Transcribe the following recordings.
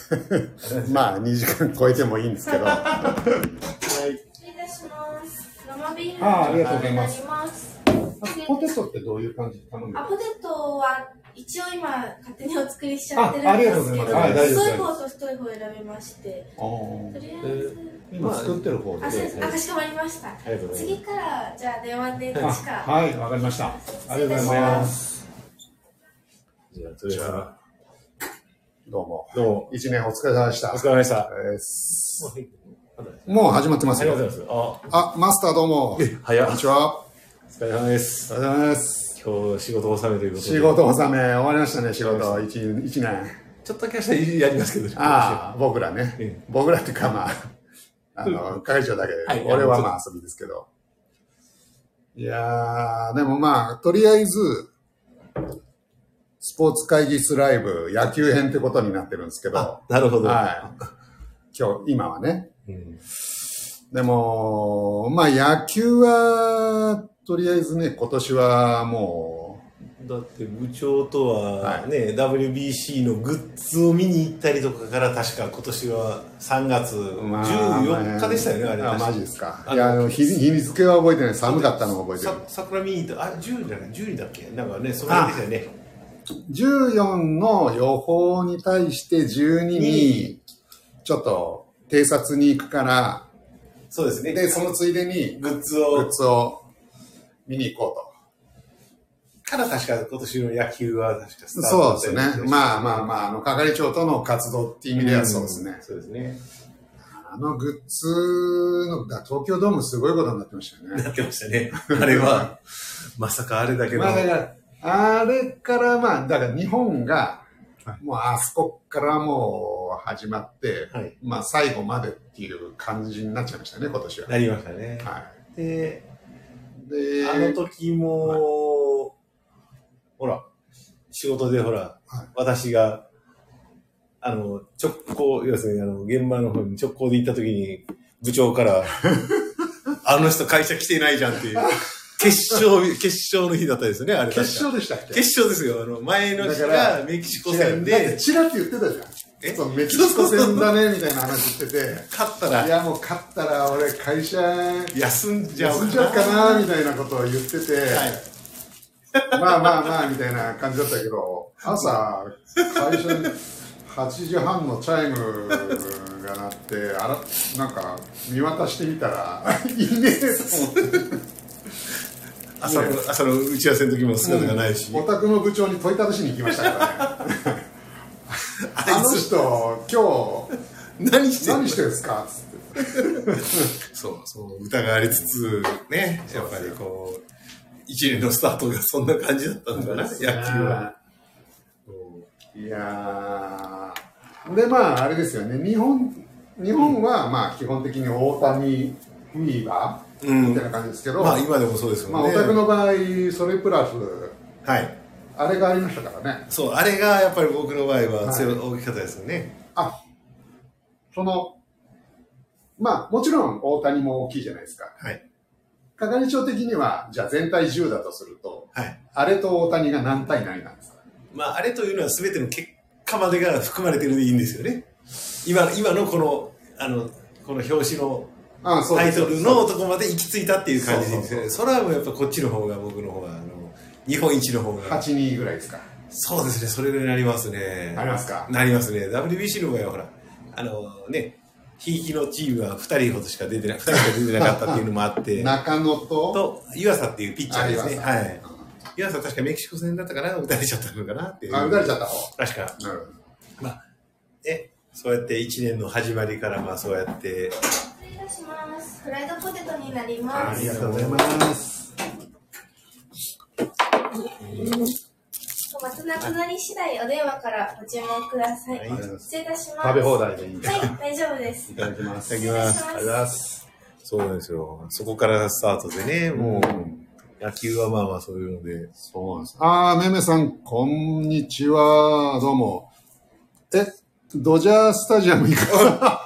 まあ2時間超えてもいいんですけど。 はい。失礼いたします。生ビールありがとうございます。ポテトってどういう感じで頼むの？ ポテトは一応今勝手にお作りしちゃってるんですけど、太い方と太い方選びまして、とりあえず今作ってる方で。 かしこまりました。次からじゃあ電話でどっちか。 はい、わかりました。ありがとうございます。 じゃあそれはどうも1年お疲れ様でした。 お疲れ様でした。 もう始まってますよ。マスターどうも。 早っ。 こんにちは。 お疲れ様です。 お疲れ様です。 今日仕事納めということで。 仕事納め終わりましたね、仕事1年。 ちょっと明日やりますけど。 僕らね。僕らっていうかまあ、係長だけで、俺はまあ遊びですけど。いやー、でもまあ、とりあえず、スポーツ会議室ライブ、野球編ってことになってるんですけど。 なるほど。 はい。今はね。でも、まあ野球は、とりあえずね、今年はもう。だって部長とはね、WBC のグッズを見に行ったりとかから確か今年は3月14日でしたよね、あれ。 マジですか。いや、日付は覚えてない。寒かったのを覚えてる。 桜見に行った、10じゃない ?10 だっけなんかね、その辺でしたよね。 14の予報に対して12に、ちょっと偵察に行くから、 そうですね。 で、そのついでにグッズを見に行こうと。 から確か今年の野球は確かスタートそうですね。まあ、係長との活動っていう意味ではそうですね。 そうですね。 グッズの、東京ドームすごいことになってましたよね。 なってましたね。あれは、まさかあれだけの。 だからあれからだから日本が、もうあそこからもう始まって、まあ最後までっていう感じになっちゃいましたね、今年は。 なりましたね。で、あの時も、ほら、仕事でほら、私が、直行、要するに現場の方に直行で行った時に、部長から、あの人会社来てないじゃんっていう。決勝の日だったですよね、あれ。 決勝でしたっけ？ 決勝ですよ。前の日がメキシコ戦で。 チラって言ってたじゃん。メキシコ戦だね、みたいな話してて。 勝ったら。 いや、もう勝ったら俺会社休んじゃうかな、みたいなことを言ってて。まあ、みたいな感じだったけど、朝、会社に8時半のチャイムが鳴って、なんか見渡してみたら、いねえと思って。 朝の打ち合わせの時も姿がないし、 お宅の部長に問いただしに行きましたからね。あの人今日何してるんですかつってそう疑われつつね、やっぱりこう一年のスタートがそんな感じだったのかな、野球は。 いやーであれですよね、日本は基本的に大谷フィーバーみたいな感じですけど、 今でもそうですよね。 お宅の場合それプラス、あれがありましたからね。 そう、あれがやっぱり僕の場合は大きかったですよね。 もちろん大谷も大きいじゃないですか。係長的にはじゃあ全体10だとすると、あれと大谷が何対何なんですか？ あれというのは全ての結果までが含まれてるでいいんですよね。今のこの表紙のタイトルのとこまで行き着いたっていう感じですね。それはもうやっぱこっちの方が、僕の方が日本一の方が 8-2 ぐらいですか？ そうですね、それぐらいになりますね。 なりますか？ なりますね。 WBC の場合はほらひいきのチームは2人ほどしか出てなかったっていうのもあって中野と湯浅っていうピッチャーですね。湯浅確かメキシコ戦だったかな、打たれちゃったのかなっていう。 打たれちゃった方。 確か。そうやって1年の始まりからそうやって失礼いたします。フライドポテトになります。 ありがとうございます。 またなくなり次第お電話からご注文ください。失礼いたします。 食べ放題でいいですか？ はい、大丈夫です。 いただきます。 いただきます。 ありがとうございます。 そうなんですよ。そこからスタートでね、もう野球はそういうので。 そうなんです。めめさん、こんにちは。どうも。ドジャースタジアム行く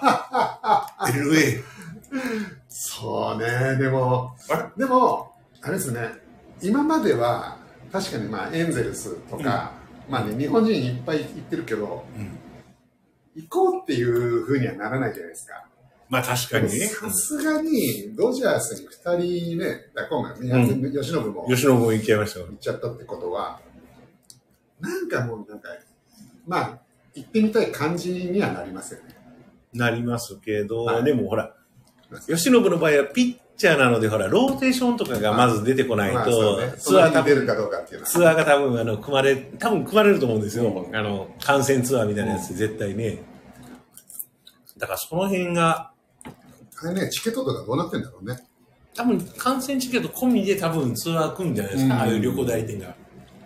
LA。 そうね、でも、あれですね、今までは、確かにエンゼルスとか、日本人いっぱい行ってるけど、 行こうっていうふうにはならないじゃないですか。 まあ確かにね。 さすがに、ドジャースに2人ね、今回、吉信も行っちゃいました。 行っちゃったってことは、なんかまあ、行ってみたい感じにはなりますよね。 なりますけど、はい、でもほら、吉信の場合はピッチャーなので、ほら、ローテーションとかがまず出てこないと、 ツアー出るかどうかっていうのは。 ツアーが多分組まれると思うんですよ。観戦ツアーみたいなやつ、絶対ね。だからその辺が、 あれね、チケットとかどうなってんだろうね。 多分、観戦チケット込みで多分ツアー組むんじゃないですか、ああいう旅行代理店が。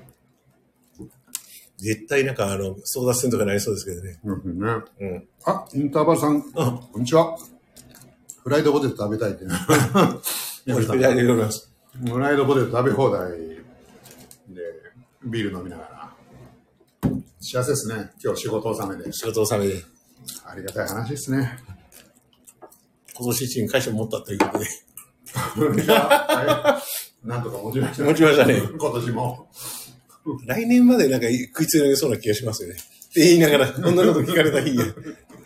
絶対なんか争奪戦とかなりそうですけどね。 あ、インターバルさん、こんにちは。フライドポテト食べたいって。フライドポテト食べ放題でビール飲みながら。幸せですね。今日仕事納めで。ありがたい話ですね。 今年一に会社持ったということで。 なんとか持ちましたね。 今年も。 来年までなんか食いつなげそうな気がしますよね。って言いながら、こんなこと聞かれた日や。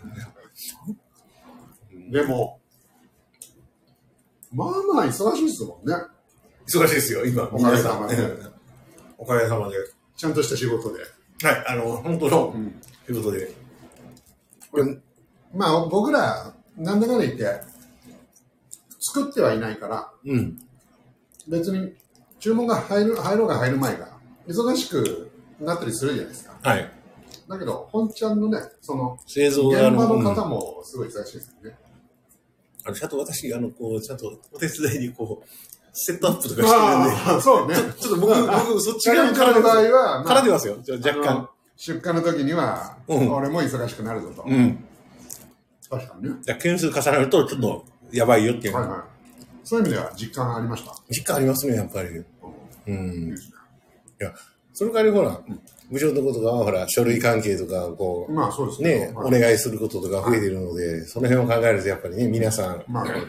でも、まあまあ忙しいですもんね。 忙しいですよ、今。 おかげさまで。 おかげさまで。 ちゃんとした仕事で。 はい、本当の仕事で。 まあ僕ら、なんだかんだ言って、作ってはいないから、別に注文が入ろうが入る前が、忙しくなったりするじゃないですか。 はい。 だけど、本ちゃんのね、 製造現場の方もすごい忙しいですよね。 ちゃんと私、ちゃんとお手伝いにセットアップとかしてるんで。 そうね。 ちょっと僕、そっち側からの場合は、 絡んでますよ、若干。 出荷の時には、俺も忙しくなるぞと。確かにね。 件数重なると、ちょっと、やばいよっていう。 はいはい。そういう意味では実感ありました。 実感ありますね、やっぱり。いや、その代わりほら、部長のことが、ほら、書類関係とか、 まあそうですね。 お願いすることとか増えているので、その辺を考えると、やっぱりね、皆さん。 まあ、ね。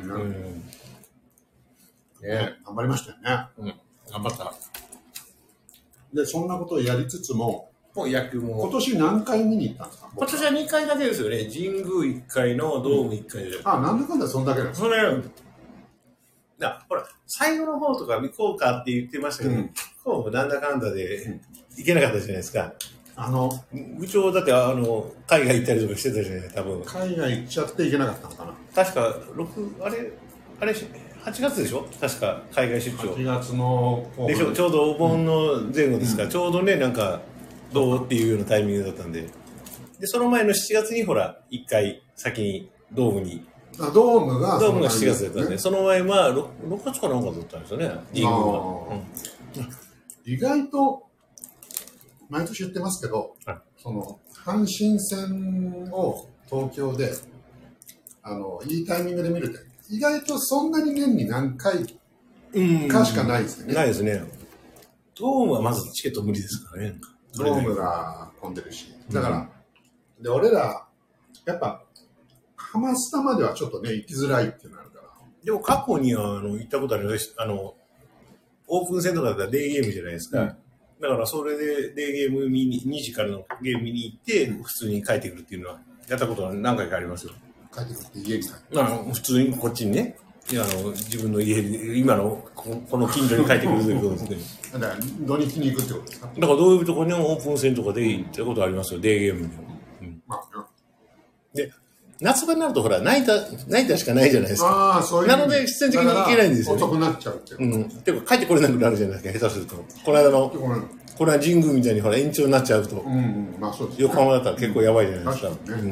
頑張りましたよね。 頑張った。 で、そんなことをやりつつも、 野球も。 今年何回見に行ったんですか？ 今年は2回だけですよね。神宮1回のドーム1回で。 なんだかんだそんだけなんですか？ ほら、最後の方とか行こうかって言ってましたけど、なんだかんだで行けなかったじゃないですか。部長だって海外行ったりとかしてたじゃない、多分。 海外行っちゃって行けなかったのかな。 確か、あれ、8月でしょ、確か海外出張。 8月のでしょ、ちょうどお盆の前後ですから、ちょうどね、なんか、どうっていうようなタイミングだったんで。で、その前の7月にほら、1回先にドームに。 ドームが 7月だったんで、その前は 6月かなんかだったんですよね、神宮は。 意外と、毎年言ってますけど、阪神戦を東京で、いいタイミングで見るって、意外とそんなに年に何回かしかないですよね。 ないですね。ドームはまずチケット無理ですからね。 ドームが混んでるし。だから、で、俺ら、やっぱ、ハマスタまではちょっとね、行きづらいっていうのがあるから。 でも過去には行ったことあるんです。オープン戦とかだったらデーゲームじゃないですか。だからそれでデーゲーム2時からのゲーム見に行って、普通に帰ってくるっていうのは、やったことは何回かありますよ。 帰ってくるって家に帰ってくる。普通にこっちにね、自分の家で、今のこの近所に帰ってくるということですね。 だから土日に行くってことですか？ だからどういうところにもオープン戦とかで行ったことありますよ、デーゲームにも。で、夏場になるとほら、ナイターしかないじゃないですか。なので、必然的に行けないんですよね。 遅くなっちゃうっていう。 てか、帰ってこれなくなるじゃないですか、下手すると。この間の、これは神宮みたいにほら、延長になっちゃうと。 まあそうです。 横浜だったら結構やばいじゃないですか。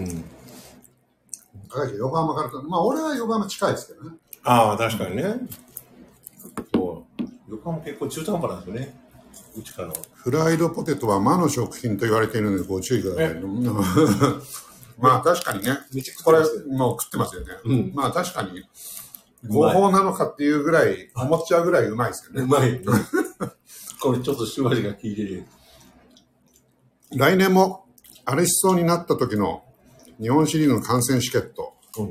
横浜からまあ俺は横浜近いですけどね。 確かにね。そう。横浜結構中途半端なんですよね。うちからの。 フライドポテトは魔の食品と言われているのでご注意ください。まあ確かにね。これもう食ってますよね。まあ確かに合法なのかっていうぐらい思っちゃうぐらいうまいですよね。 うまい。これちょっと塩味が効いてる。 来年もあれしそうになった時の日本シリーズの観戦チケット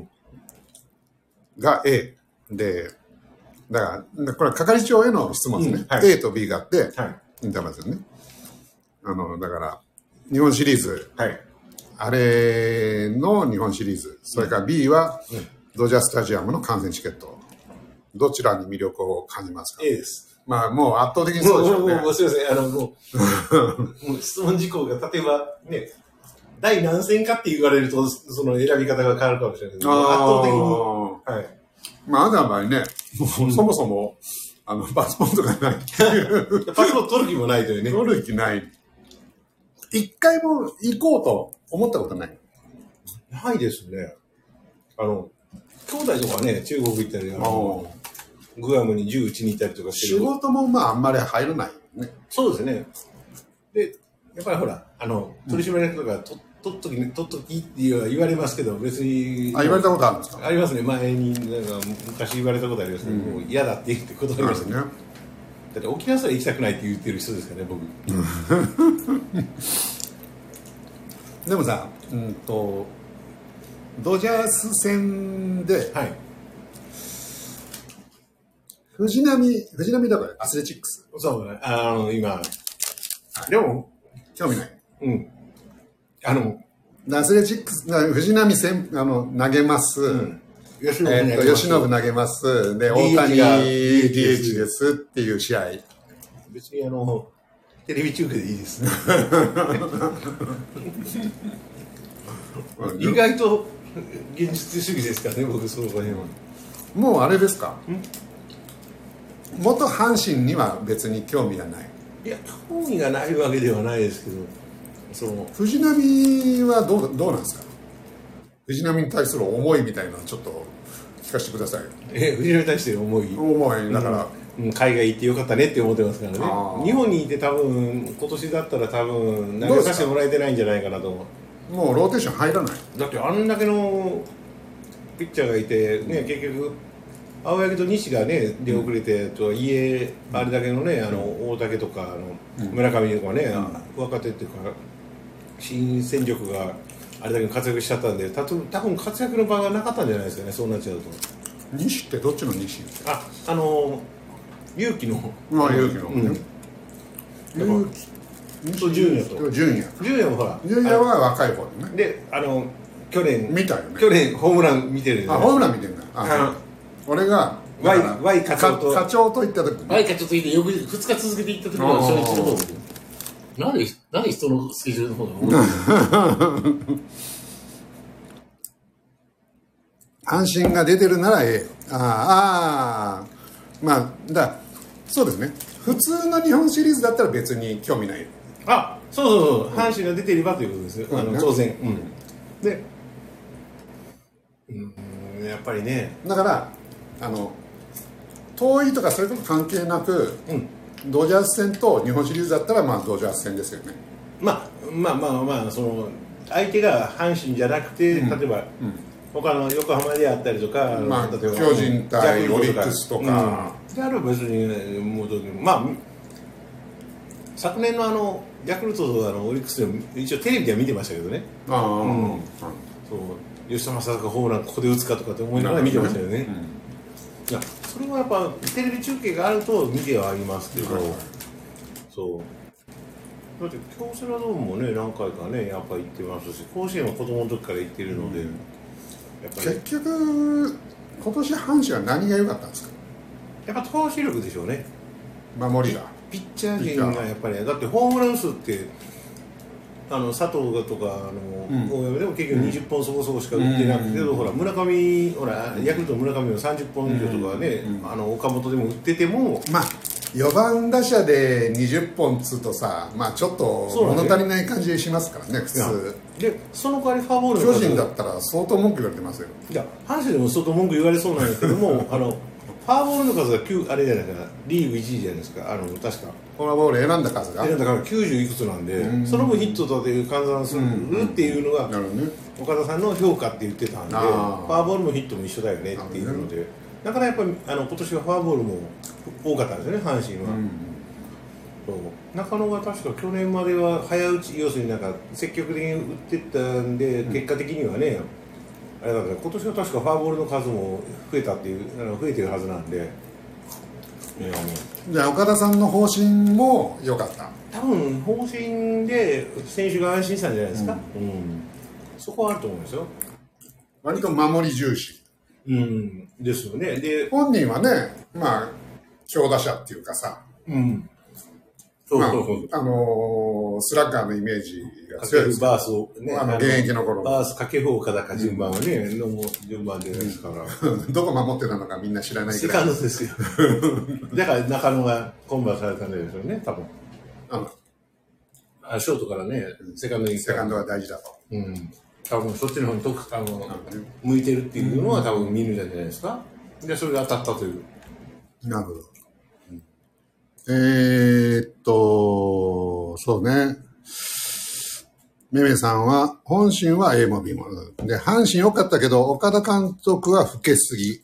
が A で、だからこれは係長への質問ですね。A と B があって、インターバルですよね。だから日本シリーズ、 あれの日本シリーズ、それから B はドジャースタジアムの観戦チケット、どちらに魅力を感じますか？ A です。 まあもう圧倒的にそうでしょうね。 もうすいません、もう質問事項が例えばね、第何戦かって言われるとその選び方が変わるかもしれないけど、圧倒的に、はい。 まああなたの場合ね、そもそもパスポートがない。 パスポート取る気もないというね。 取る気ない。一回も行こうと思ったことない？ ないですね。兄弟とかね、中国行ったり、グアムに銃撃ちに行ったりとかしてる。 仕事もまああんまり入らないね。 そうですね。で、やっぱりほら、取締役とか取っときって言われますけど、別に。 言われたことあるんですか？ ありますね。前に、昔言われたことありますけど、もう嫌だって言ってことありますね。だって沖縄さえ行きたくないって言ってる人ですからね、僕。 でもさ、ドジャース戦で、はい、藤波だからアスレチックス。 そうね。今、でも、 興味ない。 うん。 アスレチックス、藤波投げます。由伸投げます。で、大谷 DH ですっていう試合。 別にテレビ中継でいいです。意外と現実主義ですからね、僕その辺は。 もうあれですか？元阪神には別に興味がない。 いや、興味がないわけではないですけど、 藤波はどうなんですか？藤波に対する思いみたいなのちょっと聞かせてください。 藤波に対して思いだから、 海外行ってよかったねって思ってますからね。日本にいて多分今年だったら多分投げさせてもらえてないんじゃないかなと思う。 もうローテーション入らない。 だってあんだけのピッチャーがいてね、結局青柳と西がね出遅れてとはいえ、あれだけのね大竹とか村上とかね、若手っていうか新戦力があれだけ活躍しちゃったんで、多分活躍の場がなかったんじゃないですかね、そうなっちゃうと。 西ってどっちの西？ 勇気の。 勇気の。勇気と純也と。純也もほら。 純也は若い方ね。 で、去年。 見たよね。 去年ホームラン見てる。 ホームラン見てるんだ。俺が。 Y 課長と。 課長と行った時。 Y 課長と行って2日続けて行った時の初日の方で。何人のスケジュールの方で。 阪神が出てるならまあそうですね。普通の日本シリーズだったら別に興味ない。 そう阪神が出ていればということですよ、当然。で、やっぱりね。 だから遠いとかそういうこと関係なく、ドジャース戦と日本シリーズだったらドジャース戦ですよね。 まあ相手が阪神じゃなくて、例えば。他の横浜であったりとか、 例えば巨人対オリックスとか、 であれば別に昨年のヤクルトとオリックスでも一応テレビでは見てましたけどね。吉田正尚がホームランここで打つかとかって思いながら見てましたよね。いや、それはやっぱテレビ中継があると見てはありますけど、だって京セラドームもね何回かねやっぱ行ってますし、甲子園は子供の時から行ってるので。 結局今年阪神は何が良かったんですか？ やっぱ投手力でしょうね。 守りがピッチャー陣がやっぱりだってホームラン数って佐藤がとか大山でも結局20本そこそこしか打ってなくて、ほら村上ヤクルトの村上は30本以上とかね、岡本でも打ってても 4番打者で20本つうとさ、ちょっと物足りない感じしますからね、普通。 で、その代わりフォアボールの巨人だったら相当文句言われてますよ。 いや、阪神でも相当文句言われそうなんですけども、フォアボールの数があれじゃないかな、リーグ1位じゃないですか、確か。 フォアボール選んだ数が 90いくつなんで、その分ヒットと換算するっていうのが、岡田さんの評価って言ってたんで、フォアボールもヒットも一緒だよねっていうので、だからやっぱり今年はフォアボールも多かったんですよね、阪神は。中野が確か去年までは早打ち、要するに積極的に打ってったんで、結果的にはね、あれだった今年は確かフォアボールの数も増えてるはずなんで。 じゃあ岡田さんの方針も良かった。 多分方針で選手が安心したんじゃないですか。 そこはあると思うんですよ。 割と守り重視。 ですよね。で、 本人はね、まあ、強打者っていうかさ、そうそうそう。スラッガーのイメージが強いです。 バースをね、 現役の頃。 バース掛布岡田順番はね、順番でですから。 どこ守ってたのかみんな知らないぐらい。セカンドですよ。だから中野がコンバーされたんですよね、多分。ショートからね、セカンドに。 セカンドは大事だと。 多分そっちの方に向いてるっていうのは多分見るんじゃないですか。で、それが当たったという。 なるほど。そうね。めめさんは、本心は A も B も。で、阪神良かったけど、岡田監督は老けすぎ。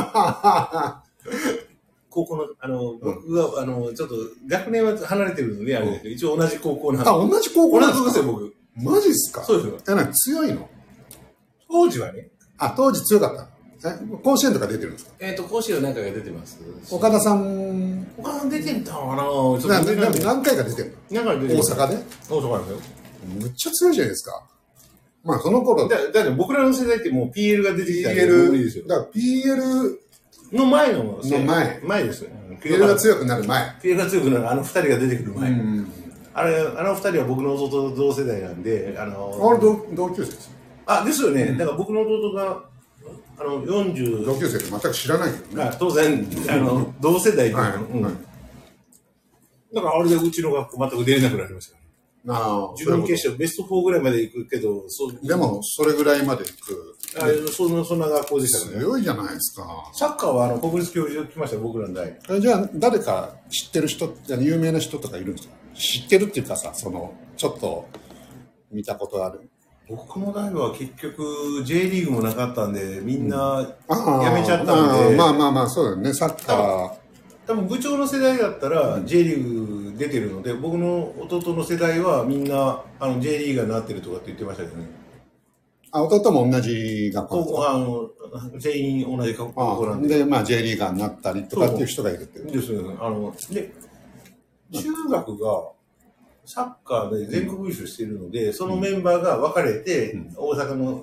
高校の、僕は、ちょっと、学年は離れてるので、一応同じ高校なんで。 同じ高校なんですか？ 同じですよ、僕。 マジっすか？ そうですよ。 強いの？ 当時はね。 当時強かった。甲子園とか出てるんですか？ 甲子園は何回か出てます。 岡田さん出てたかな？ 何回か出てるの？大阪で？大阪ですよ。むっちゃ強いじゃないですか。まあその頃。 だって僕らの世代ってもう PL が出てきたんで。 PL。だから PL の前の前ですよ。 PL が強くなる前。 PL が強くなる二人が出てくる前。二人は僕の弟と同世代なんで、 同級生です。 ですよね。だから僕の弟が、40。 同級生って全く知らないけどね。 当然、同世代で。だからあれでうちの学校全く出れなくなりました。自分決勝ベスト4ぐらいまで行くけど、 でもそれぐらいまで行く。 そんな学校でしたね。 強いじゃないですか。 サッカーは国立競技場来ましたよ、僕らの代。 じゃあ誰か知ってる人、有名な人とかいるんですか？知ってるっていうかさ、ちょっと見たことある。 僕の代は結局 J リーグもなかったんで、みんな辞めちゃったんで。 まあ、そうだよね、サッカー。 多分部長の世代だったら J リーグ出てるので、僕の弟の世代はみんなJ リーガーになってるとかって言ってましたけどね。 弟も同じ学校全員同じ学校なんで。 で、まあ J リーガーになったりとかっていう人がいるっていう。 ですね。で、中学がサッカーで全国優勝しているので、そのメンバーが分かれて、大阪の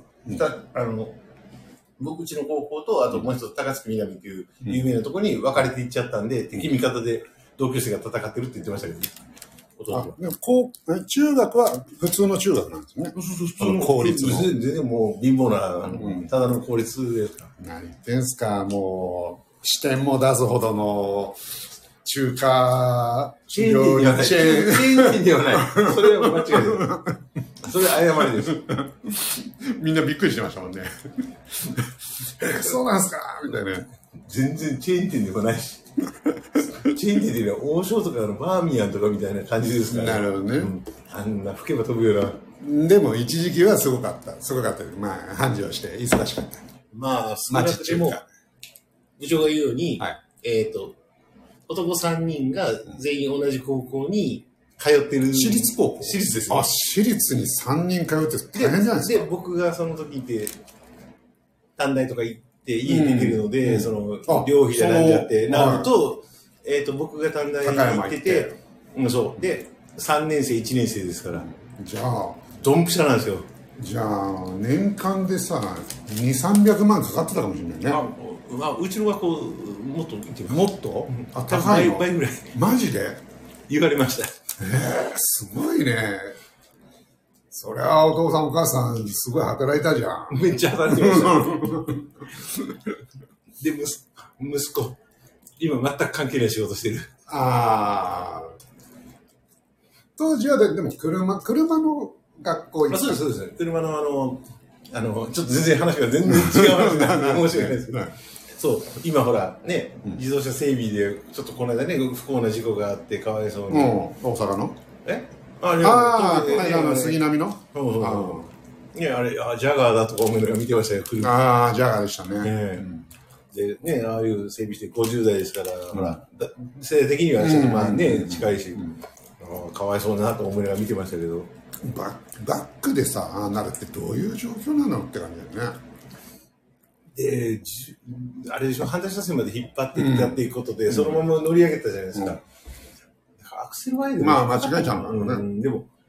僕うちの高校と、あともう一つ高槻南っていう有名なところに分かれていっちゃったんで、敵味方で同級生が戦ってるって言ってましたけどね。 でも中学は普通の中学なんですよね。 普通の公立の。全然もう貧乏な、ただの公立ですか。 何言ってんすか、もう、支店も出すほどの中華料理チェーン。チェーンではない。それは間違いです。それは誤りです。 みんなびっくりしてましたもんね。そうなんすかみたいな。 全然チェーン店でもないし。チェーン店では王将とかバーミヤンとかみたいな感じですから、 ね。なるほどね。 あんな吹けば飛ぶような。 でも一時期はすごかった。まあ、繁盛して忙しかった。 まあ、少なくても、部長が言うように、男3人が全員同じ高校に通ってる。 私立高校？ 私立ですね。 私立に3人通って大変じゃないですか。 で、僕がその時って、短大とか行って、家に出てるので、寮費じゃないんだってなると、僕が短大に行ってて、そう。で、3年生、1年生ですから。 じゃあ、 ドンピシャなんですよ。 じゃあ、年間でさ、2、300万かかってたかもしれないね。 うちの学校、もっと見てます。 もっと？高いの？ 倍ぐらい。 マジで？ 言われました。 すごいね。そりゃお父さんお母さんすごい働いたじゃん。 めっちゃ働いてました。で、息子、今全く関係ない仕事してる。 当時はでも車の学校行った。 そうです。車のちょっと全然話が全然違う話なんで申し訳ないですけど。そう、今ほら、ね、自動車整備で、ちょっとこの間ね、不幸な事故があって、かわいそうに。 大阪の？杉並の？ いや、あれ、ジャガーだとか思いながら見てましたよ、 ジャガーでしたね。 で、ね、ああいう整備して50代ですから、ほら、世代的にはちょっとまあね、近いし、かわいそうなと思いながら見てましたけど。 バックでさ、なるってどういう状況なのって感じだよね。 で、あれでしょ、反対車線まで引っ張ってやっていくことで、そのまま乗り上げたじゃないですか。アクセルワイドまあ、間違えちゃうんだろうね。 でも、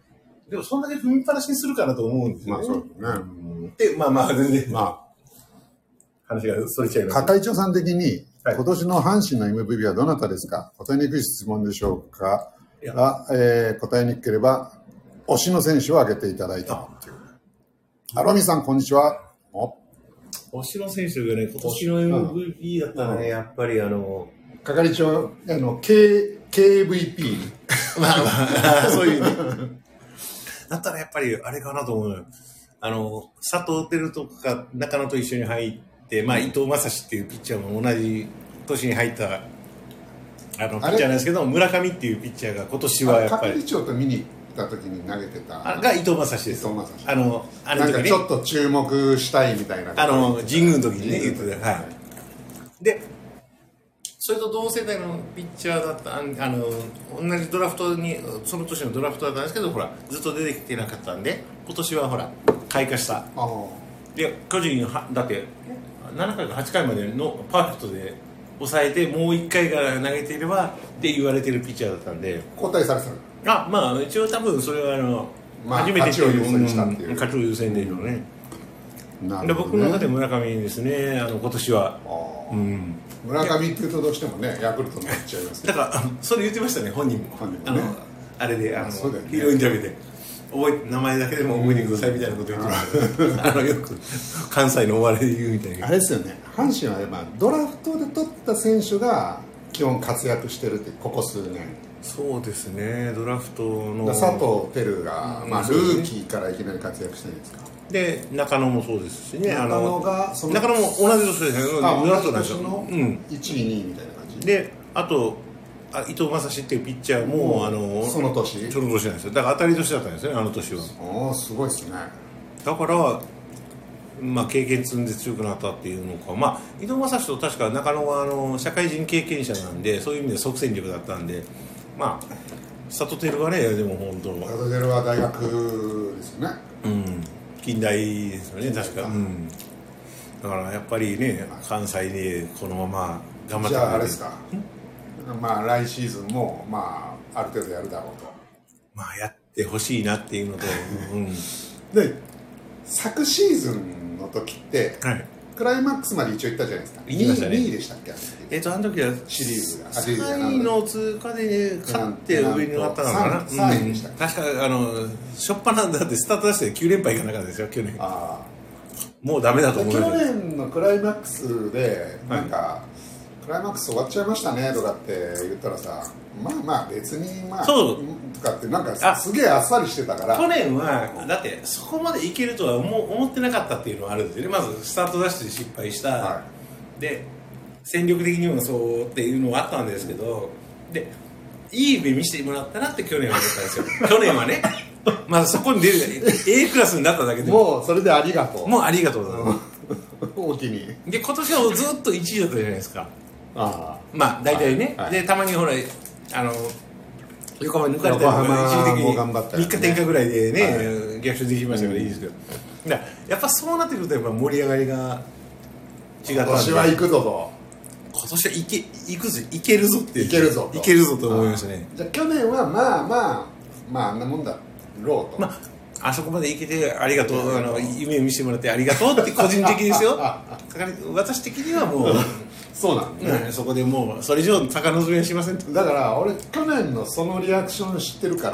でもそんだけ踏みっぱなしにするかなと思うんですよね。 まあそうですね。 で、まあ全然、話がそれちゃいます。 係長さん的に、今年の阪神の MVP はどなたですか？答えにくい質問でしょうか？答えにくければ、推しの選手を挙げていただいたという。アロミさん、こんにちは。 推しの選手がね、今年の MVP だったらね、やっぱり係長、KVP。 まあ、そういうね。だったらやっぱり、あれかなと思う。佐藤輝とか中野と一緒に入って、まあ、伊藤将司っていうピッチャーも同じ年に入ったピッチャーなんですけど、村上っていうピッチャーが今年はやっぱり。 係長と見に行った時に投げてた。 が伊藤将司です。 伊藤将司。 なんかちょっと注目したいみたいな。 神宮の時にね、言ってた。はい。で、それと同世代のピッチャーだった、同じドラフトに、その年のドラフトだったんですけど、ほら、ずっと出てきてなかったんで、今年はほら、開花した。で、巨人だって、7回か8回までのパーフェクトで抑えて、もう1回から投げていればって言われてるピッチャーだったんで。 交代されてたの？まあ、一応多分それは初めて勝ちを優先したっていう。 勝ちを優先でいるのね。で僕の中で村上ですね、今年は。 村上っていうとどうしてもね、ヤクルトになっちゃいますだからそれ言ってましたね、本人もね。あれでヒーローインタビューで名前だけでも覚えてくださいみたいなこと言ってましたよく関西のお笑いで言うみたいな。 あれですよね、阪神は今ドラフトで取った選手が基本活躍してるって、ここ数年。 そうですね、ドラフトの佐藤輝が、ルーキーからいきなり活躍してるんですか。 で中野もそうですしね、 中野も同じ年ですね、 同じ年の1位、2位みたいな感じで、あと伊藤将司っていうピッチャーもその年なんですよ。だから当たり年だったんですよね、あの年は。 すごいですね。 だから経験積んで強くなったっていうのか、伊藤将司と確か中野は社会人経験者なんで、そういう意味で即戦力だったんで、佐藤輝はね、でも本当佐藤輝は大学ですよね。 近代ですよね、確か。だからやっぱりね、関西でこのまま頑張って。 じゃああれですか、来シーズンもある程度やるだろうと。 やってほしいなっていうのと、 で昨シーズンの時って、クライマックスまで一応行ったじゃないですか。 行きましたね。 2位でしたっけ？ あの時はシリーズが 3位の通過で勝って上に上がったのかな。 3位でしたっけ？ 確か初っ端なんだってスタート出して9連敗いかなかったですよ、去年。もうダメだと思う。 去年のクライマックスでなんか、クライマックス終わっちゃいましたねとかって言ったらさ、別にそうとかってなんかすげえあっさりしてたから。 去年はだってそこまでいけるとは思ってなかったっていうのはあるんですよね。まずスタートダッシュで失敗した、で戦力的にもそうっていうのはあったんですけど、でいい目見せてもらったなって去年は思ったんですよ。去年はね、まだそこに出る A クラスになっただけでもうそれでありがとう。 もうありがとうだな。 大きに。 で今年はずっと1位だったじゃないですか。大体ね、でたまにほら横浜抜かれたりとか一時的に3日転下ぐらいでね、逆襲できましたからいいですけど、やっぱそうなってくるとやっぱ盛り上がりが違ったんで、 今年は行くぞと。 今年はいけるぞっていけるぞと思いましたね。 じゃあ去年はあんなもんだろうと。 あそこまで行けてありがとう、夢を見せてもらってありがとうって個人的ですよ。私的にはもうそうなんだね。 そこでもうそれ以上高望みはしませんと。 だから俺去年のそのリアクション知ってるから、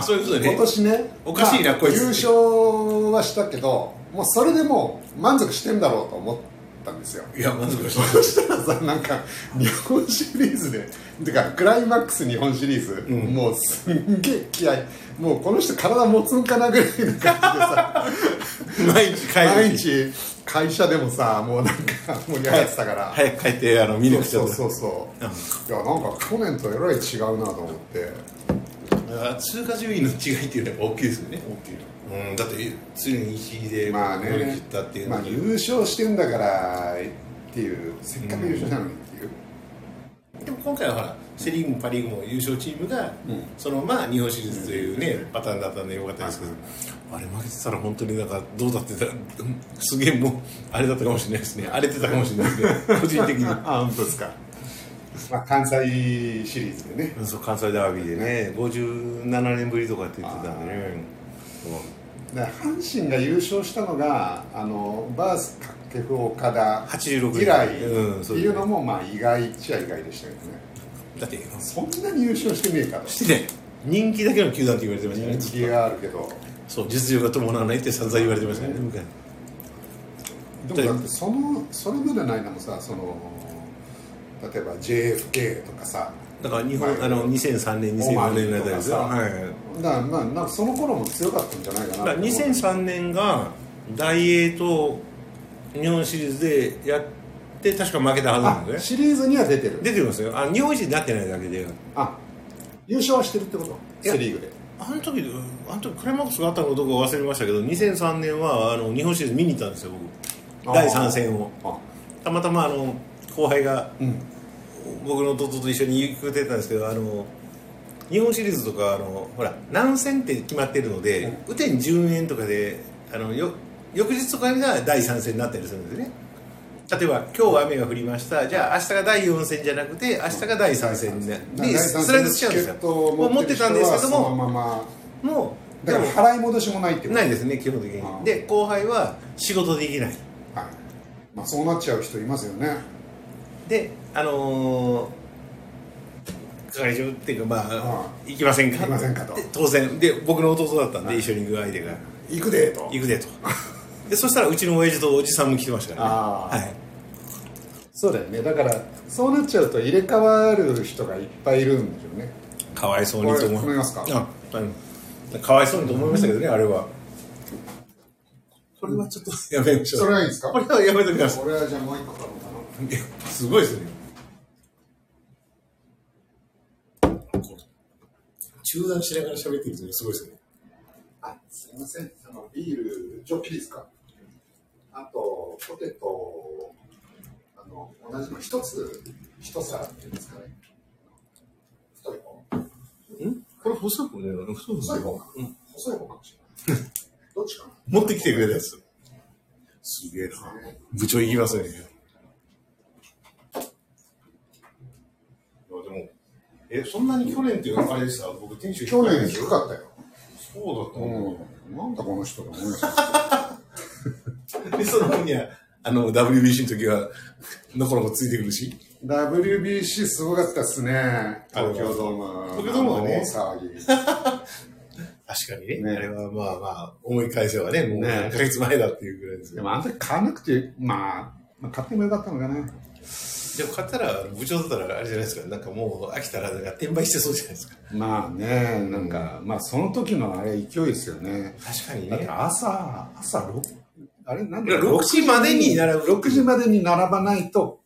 そういうことね。 今年ね、 おかしいなこいつ。 優勝はしたけど、もうそれでもう満足してんだろうと思ったんですよ。 いや満足して。 そしたらさ、なんか日本シリーズで、てかクライマックス日本シリーズ、もうすんげえ気合い、もうこの人体持つんかなぐらいの感じでさ毎日会社でもさ、もうなんか盛り上がってたから、 早く帰って見なくちゃ。 そういやなんか去年とえらい違うなと思って。 通過順位の違いっていうのは大きいですよね。大きい。だって常に1位で乗り切ったっていうのに、 優勝してんだからっていう、せっかく優勝したのにっていう。 でも今回はほらセ・リーグもパ・リーグも優勝チームが、その日本シリーズというね、パターンだったんでよかったですけど、あれ負けてたら本当になんかどうだってた、すげえもうあれだったかもしれないですね。荒れてたかもしれないですね、個人的に。 本当ですか。 まあ、関西シリーズでね。 そう、関西ダービーでね、57年ぶりとかって言ってたんでね。 で阪神が優勝したのがバース掛布岡田 86 以来っていうのもまあ意外っちゃ意外でしたけどね。 だってそんなに優勝してねえかと。 してね、人気だけの球団って言われてましたね。 人気があるけど、 そう、実力が伴わないって散々言われてましたね、昔。 でもだってそれまでの間もさ、例えば JFK とかさ、 だから日本2003年2004年の間ですよ。はい。 だからまあその頃も強かったんじゃないかな。 だから2003年が大英と日本シリーズでやって確か負けたはずなんでね。 シリーズには出てる。 出てますよ。日本一になってないだけで。 優勝はしてるってこと？セリーグで。 あの時クライマックスがあったのかどうか忘れましたけど、2003年は日本シリーズ見に行ったんですよ、僕。第3戦を。たまたま後輩が、僕の弟と一緒に行くてたんですけど、日本シリーズとかほら何戦って決まってるので、雨天順延とかで翌日とかが第3戦になったりするんですよね。例えば今日雨が降りました、じゃあ明日が第4戦じゃなくて明日が第3戦でスライドしちゃうんですよ。持ってたんですけども、もうだから払い戻しもないってことないですね、基本的に。で後輩は仕事できない、 まあ、そうなっちゃう人いますよね。 で係長っていうか、まあ行きませんかと当然で、僕の弟だったんで、一緒に行く相手が行くでとで、そしたらうちの親父とおじさんも来てましたからね。 そうだよね。だからそうなっちゃうと入れ替わる人がいっぱいいるんでしょうね。 かわいそうにと思いますか？ かわいそうにと思いましたけどね、あれは。これはちょっとやめましょう。 それはいいですか？ これはやめときます。 俺はじゃあもう一個頼むかな。すごいですね。中断しながら喋ってるのすごいですね。 すいません。ビールジョッキですか？あとポテト同じの一皿っていうんですかね。太い方。 これ細い方ね。 細い方か。細い方かもしれない。どっちかな。 持ってきてくれたやつ。すげえな。部長行きますね。でもそんなに去年っていうのあれでした。僕店主去年低かったよ。 そうだったの。 なんだこの人と思いました。 でそのにはWBC の時はのこのこついてくるし。 WBC すごかったっすね。東京ドーム。 東京ドームはね。 騒ぎ。 確かにね。あれはまあ思い返せばね、もう何ヶ月前だっていうぐらいですけど。 でもあの時買わなくて、まあ買ってもよかったのかな。 でも買ったら部長だったらあれじゃないですか。なんかもう飽きたらなんか転売してそうじゃないですか。 まあね、なんかまあその時のあれ勢いですよね。 確かにね。 だって朝あれなんで 6時までに並ぶ。 6時までに並ばないと。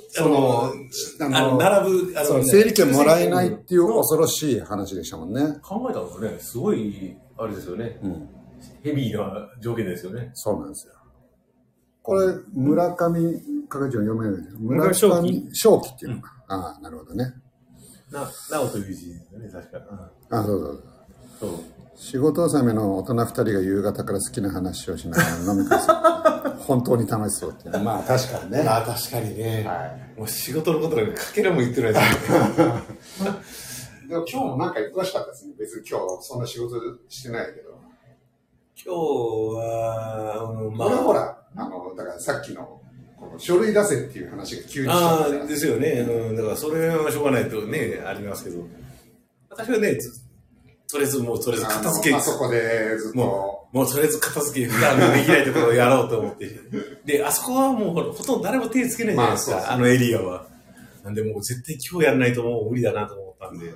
並ぶ整理券もらえないっていう恐ろしい話でしたもんね。 考えたのがね、すごいあれですよね。ヘビーな条件ですよね。 そうなんですよ。これ村上係長読めないですよ。 村上正輝っていうのか。ああ、なるほどね。 なおという字ですよね、確か。 そう。仕事納めの大人2人が夕方から好きな話をしながら飲み会する。本当に楽しそうっていう。まあ確かにね。 確かにね。もう仕事のことなんかかけらも言ってないですよね。 でも今日もなんか忙しかったですね。別に今日そんな仕事してないけど。 今日は、 これほら、だからさっきの書類出せっていう話が急にしたからですよね。だからそれはしょうがないとね、ありますけど。私はね、とりあえず片付け。 そこでずっと。 もうとりあえず片付け、普段できないところをやろうと思って。で、あそこはもうほとんど誰も手つけないじゃないですか、あのエリアは。なんでもう絶対今日やらないともう無理だなと思ったんで。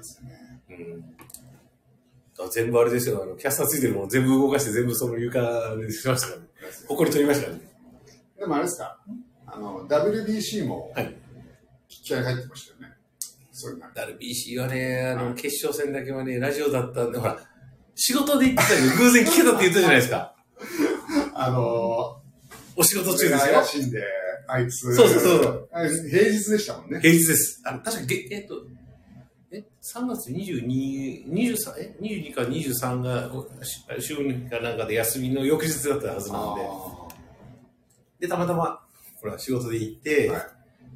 全部あれですよ、キャスターついてるもの全部動かして全部その床でしましたからね。ほこり取りましたね。 でもあれですか、WBC も気合入ってましたよね。 WBC はね、決勝戦だけはね、ラジオだったんで、ほら、仕事で行ってたけど、偶然聞けたって言ったじゃないですか。お仕事中ですよ。 怪しいんで、あいつ。 そう。 平日でしたもんね。 平日です。確か3月22か23が、週2かなんかで休みの翌日だったはずなんで。で、たまたま、ほら、仕事で行って、でも、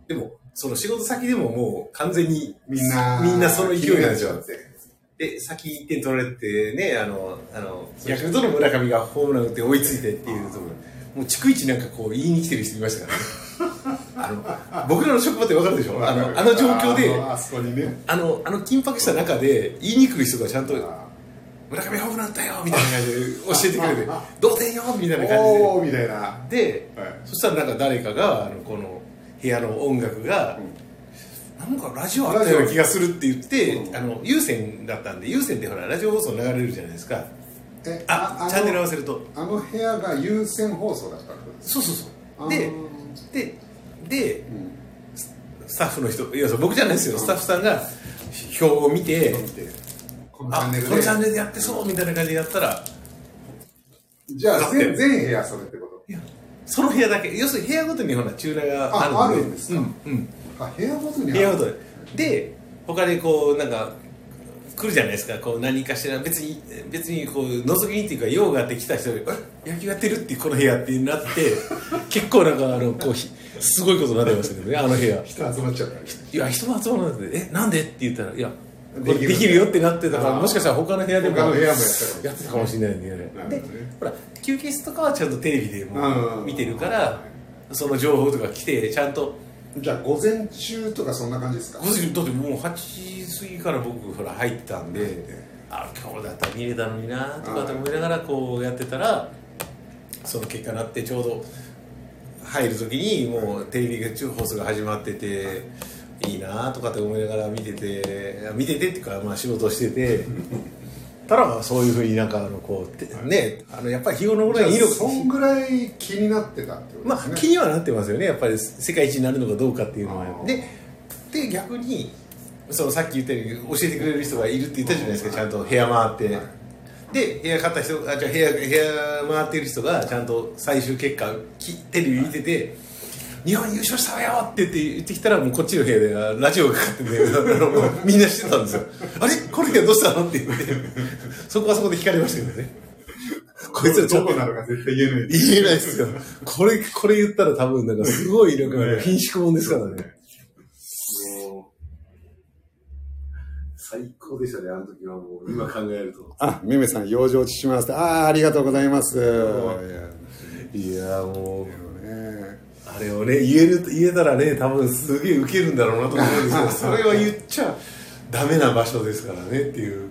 その仕事先でももう完全にみんなその勢いなんですよ。で、先1点取られてね、ヤクルトの村上がホームラン打って追いついてっていうところ、もう逐一なんかこう言いに来てる人いましたからね。僕らの職場ってわかるでしょ？あの状況で、 あそこにね、 緊迫した中で言いに来る人がちゃんと、村上ホームランだよみたいな感じで教えてくれて、同点よみたいな感じで。 おーみたいな。 で、そしたらなんか誰かが、この部屋の音楽が、なんかラジオあったような気がするって言って、有線だったんで、有線ってほら、ラジオ放送流れるじゃないですか。チャンネル合わせると。 あの部屋が有線放送だったんです。 そうそうそう。で、スタッフの人、いや、僕じゃないですよ、スタッフさんが表を見て、このチャンネルでやってそうみたいな感じでやったら、 じゃあ全部屋それってこと？ いや、その部屋だけ、要するに部屋ごとにほら、チューナーがあるんですか？部屋ごとにある。 部屋ごとで、他でこう、なんか、来るじゃないですか、こう何かしら、別にこう、覗きにっていうか、用があって来た人で、野球やってるってこの部屋ってなって、結構なんか、こう、すごいことになってましたけどね、あの部屋。 人集まっちゃった。 いや、人も集まらなくて、なんでって言ったら、いや、これできるよってなってたから、もしかしたら他の部屋でもやってたかもしれないんだよね。で、ほら、休憩室とかはちゃんとテレビでも見てるから、その情報とか来て、ちゃんと。 じゃあ午前中とかそんな感じですか？ 午前中だってもう8時過ぎから僕ほら入ったんで、今日だったら見れたのになとかって思いながらこうやってたら、その結果になってちょうど入る時にもうテレビ放送が始まってて、いいなとかって思いながら見ててっていうか、まあ仕事しててたらそういうふうになんかこうね、やっぱり日頃のことがいいのか、 そんぐらい気になってたってことですね。 まあ気にはなってますよね、やっぱり世界一になるのかどうかっていうのは。で逆にそのさっき言ったように教えてくれる人がいるって言ったじゃないですか、ちゃんと部屋回って、で部屋買った人、じゃあ部屋回ってる人がちゃんと最終結果テレビ見てて、日本優勝したわよって言ってきたら、もうこっちの部屋でラジオがかかってて、みんな知ってたんですよ。あれこれどうしたのって言って、そこはそこで聞かれましたけどね。こいつらどこなのか絶対言えない。 言えないですよ。これ言ったら多分なんかすごいなんか品種もんですからね。最高でしたね、あの時はもう、今考えると。 めめさん、養生します。ありがとうございます。 いや、もう。あれをね、言えたらね、多分すげえウケるんだろうなと思うんですけど、それは言っちゃダメな場所ですからねっていう。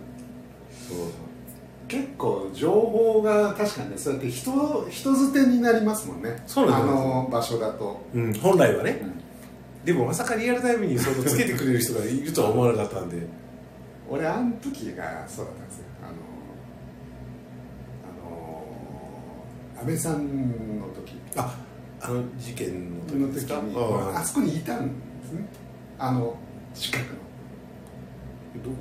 結構情報が確かにね、そうやって人づてになりますもんね。 そうなんです。 場所だと。 本来はね。でもまさかリアルタイムにそのつけてくれる人がいるとは思わなかったんで。 俺あの時がそうだったんですよ。安倍さんの時。 事件の時ですか？ あそこにいたんですね。近くの。 どこ？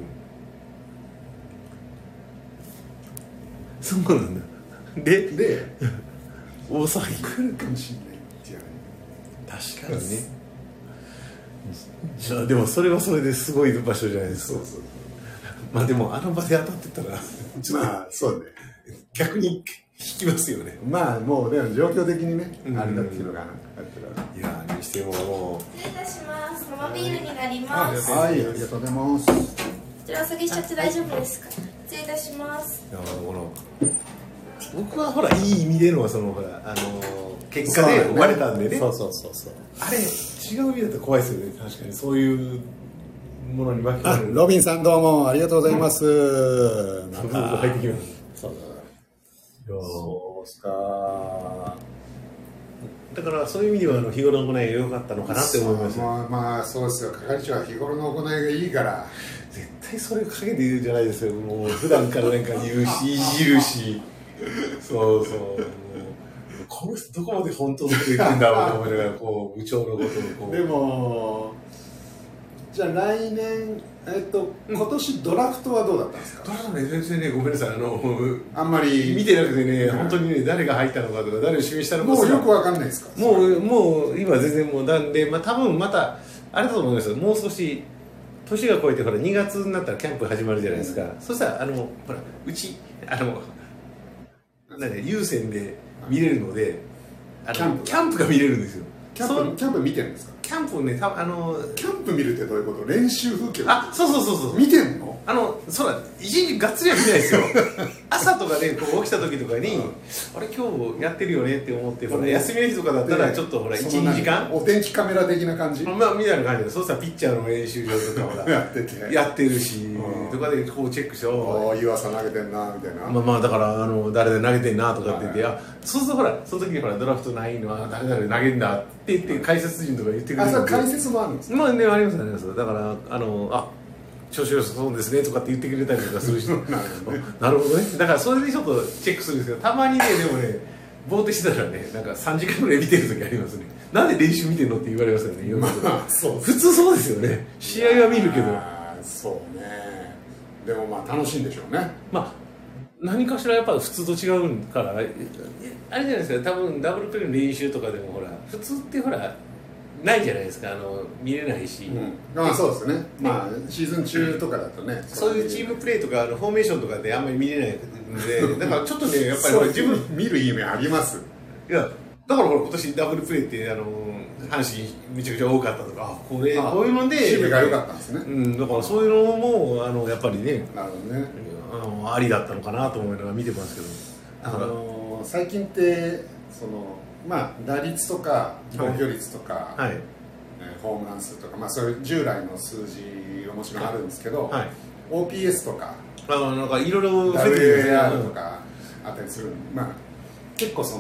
そうなんだ。で大騒ぎ来るかもしれないじゃない。確かにね。じゃあでもそれはそれですごい場所じゃないですか。そう。まあでもあの場で当たってたらまあそうね。 逆に引きますよね。 まあもうでも状況的にね、あれだっていうのがいやにしてももう失礼いたします。生ビールになります。 はい、ありがとうございます。 こちらお下げしちゃって大丈夫ですか？失礼いたします。 僕はほらいい意味でのそのほら結果で生まれたんでね。 そう。 あれ違う意味だと怖いですよね。確かにそういうものに巻き込まれる。 ロビンさんどうもありがとうございます。 入ってきます。 そうですか。 だからそういう意味では日頃の行いが良かったのかなって思いました。 まあそうですよ。係長は日頃の行いがいいから絶対それをかけて言うじゃないですよ。もう普段からなんか言うしいじるし、そうこの人どこまで本当のこと言ってんだろうと思いながらこう部長のことをこう。 でもじゃあ来年今年ドラフトはどうだったんですか？ ドラフトね、全然ね、ごめんなさい、 あんまり見てなくてね、本当にね、誰が入ったのかとか、誰を指名したのかもうよくわかんないですか？ もう今全然もうなんで、多分またあれだと思いますよ。もう少し年が越えてほら2月になったらキャンプ始まるじゃないですか。そしたらほらうち有線で見れるので、キャンプが見れるんですよ。 キャンプ見てるんですか？ キキャンプね、 キャンプ見るってどういうこと？練習風景？ そう見てんの？ そうだ、一日がっつりは見ないですよ。朝とかね、こう起きた時とかに、あれ今日やってるよねって思って、ほら休みの日とかだったらちょっとほら1、2時間お天気カメラ的な感じ？ まあみたいな感じで、そうしたらピッチャーの練習場とかほらやってるし、とかでこうチェックして、 おー、湯浅投げてんなみたいな。 まあだから誰で投げてんなとかって言って、そうするとほらその時にほらドラフトないのは誰々投げんだって言って解説陣とか言ってくれるんで。 それ解説もあるんですか？ まあね、ありますあります。だから調子よさそうですねとかって言ってくれたりとかする人なるほどね。だからそれでちょっとチェックするんですけど、たまにね、でもね、ぼーっとしてたらね、なんか3時間ぐらい見てる時ありますね。なんで練習見てんのって言われますよね、普通そうですよね。試合は見るけど。 そうね。でもまあ楽しいんでしょうね。 まあ何かしらやっぱ普通と違うから、あれじゃないですか、多分ダブルプレーの練習とかでもほら、普通ってほら、ないじゃないですか、見れないし、 そうですね、まあシーズン中とかだとね、 そういうチームプレーとかフォーメーションとかであんまり見れないので、だからちょっとね、やっぱり自分見る意味あります。 いや、だからほら今年ダブルプレーって阪神めちゃくちゃ多かったとか、こういうので守備が良かったんですね。 だからそういうのもやっぱりね、 なるほどね、 ありだったのかなと思いながら見てますけど、 最近ってまあ打率とか防御率とか、ホームラン数とか、まあそういう従来の数字はもちろんあるんですけど、OPS とかなんかいろいろ WAR とかあったりする。まあ結構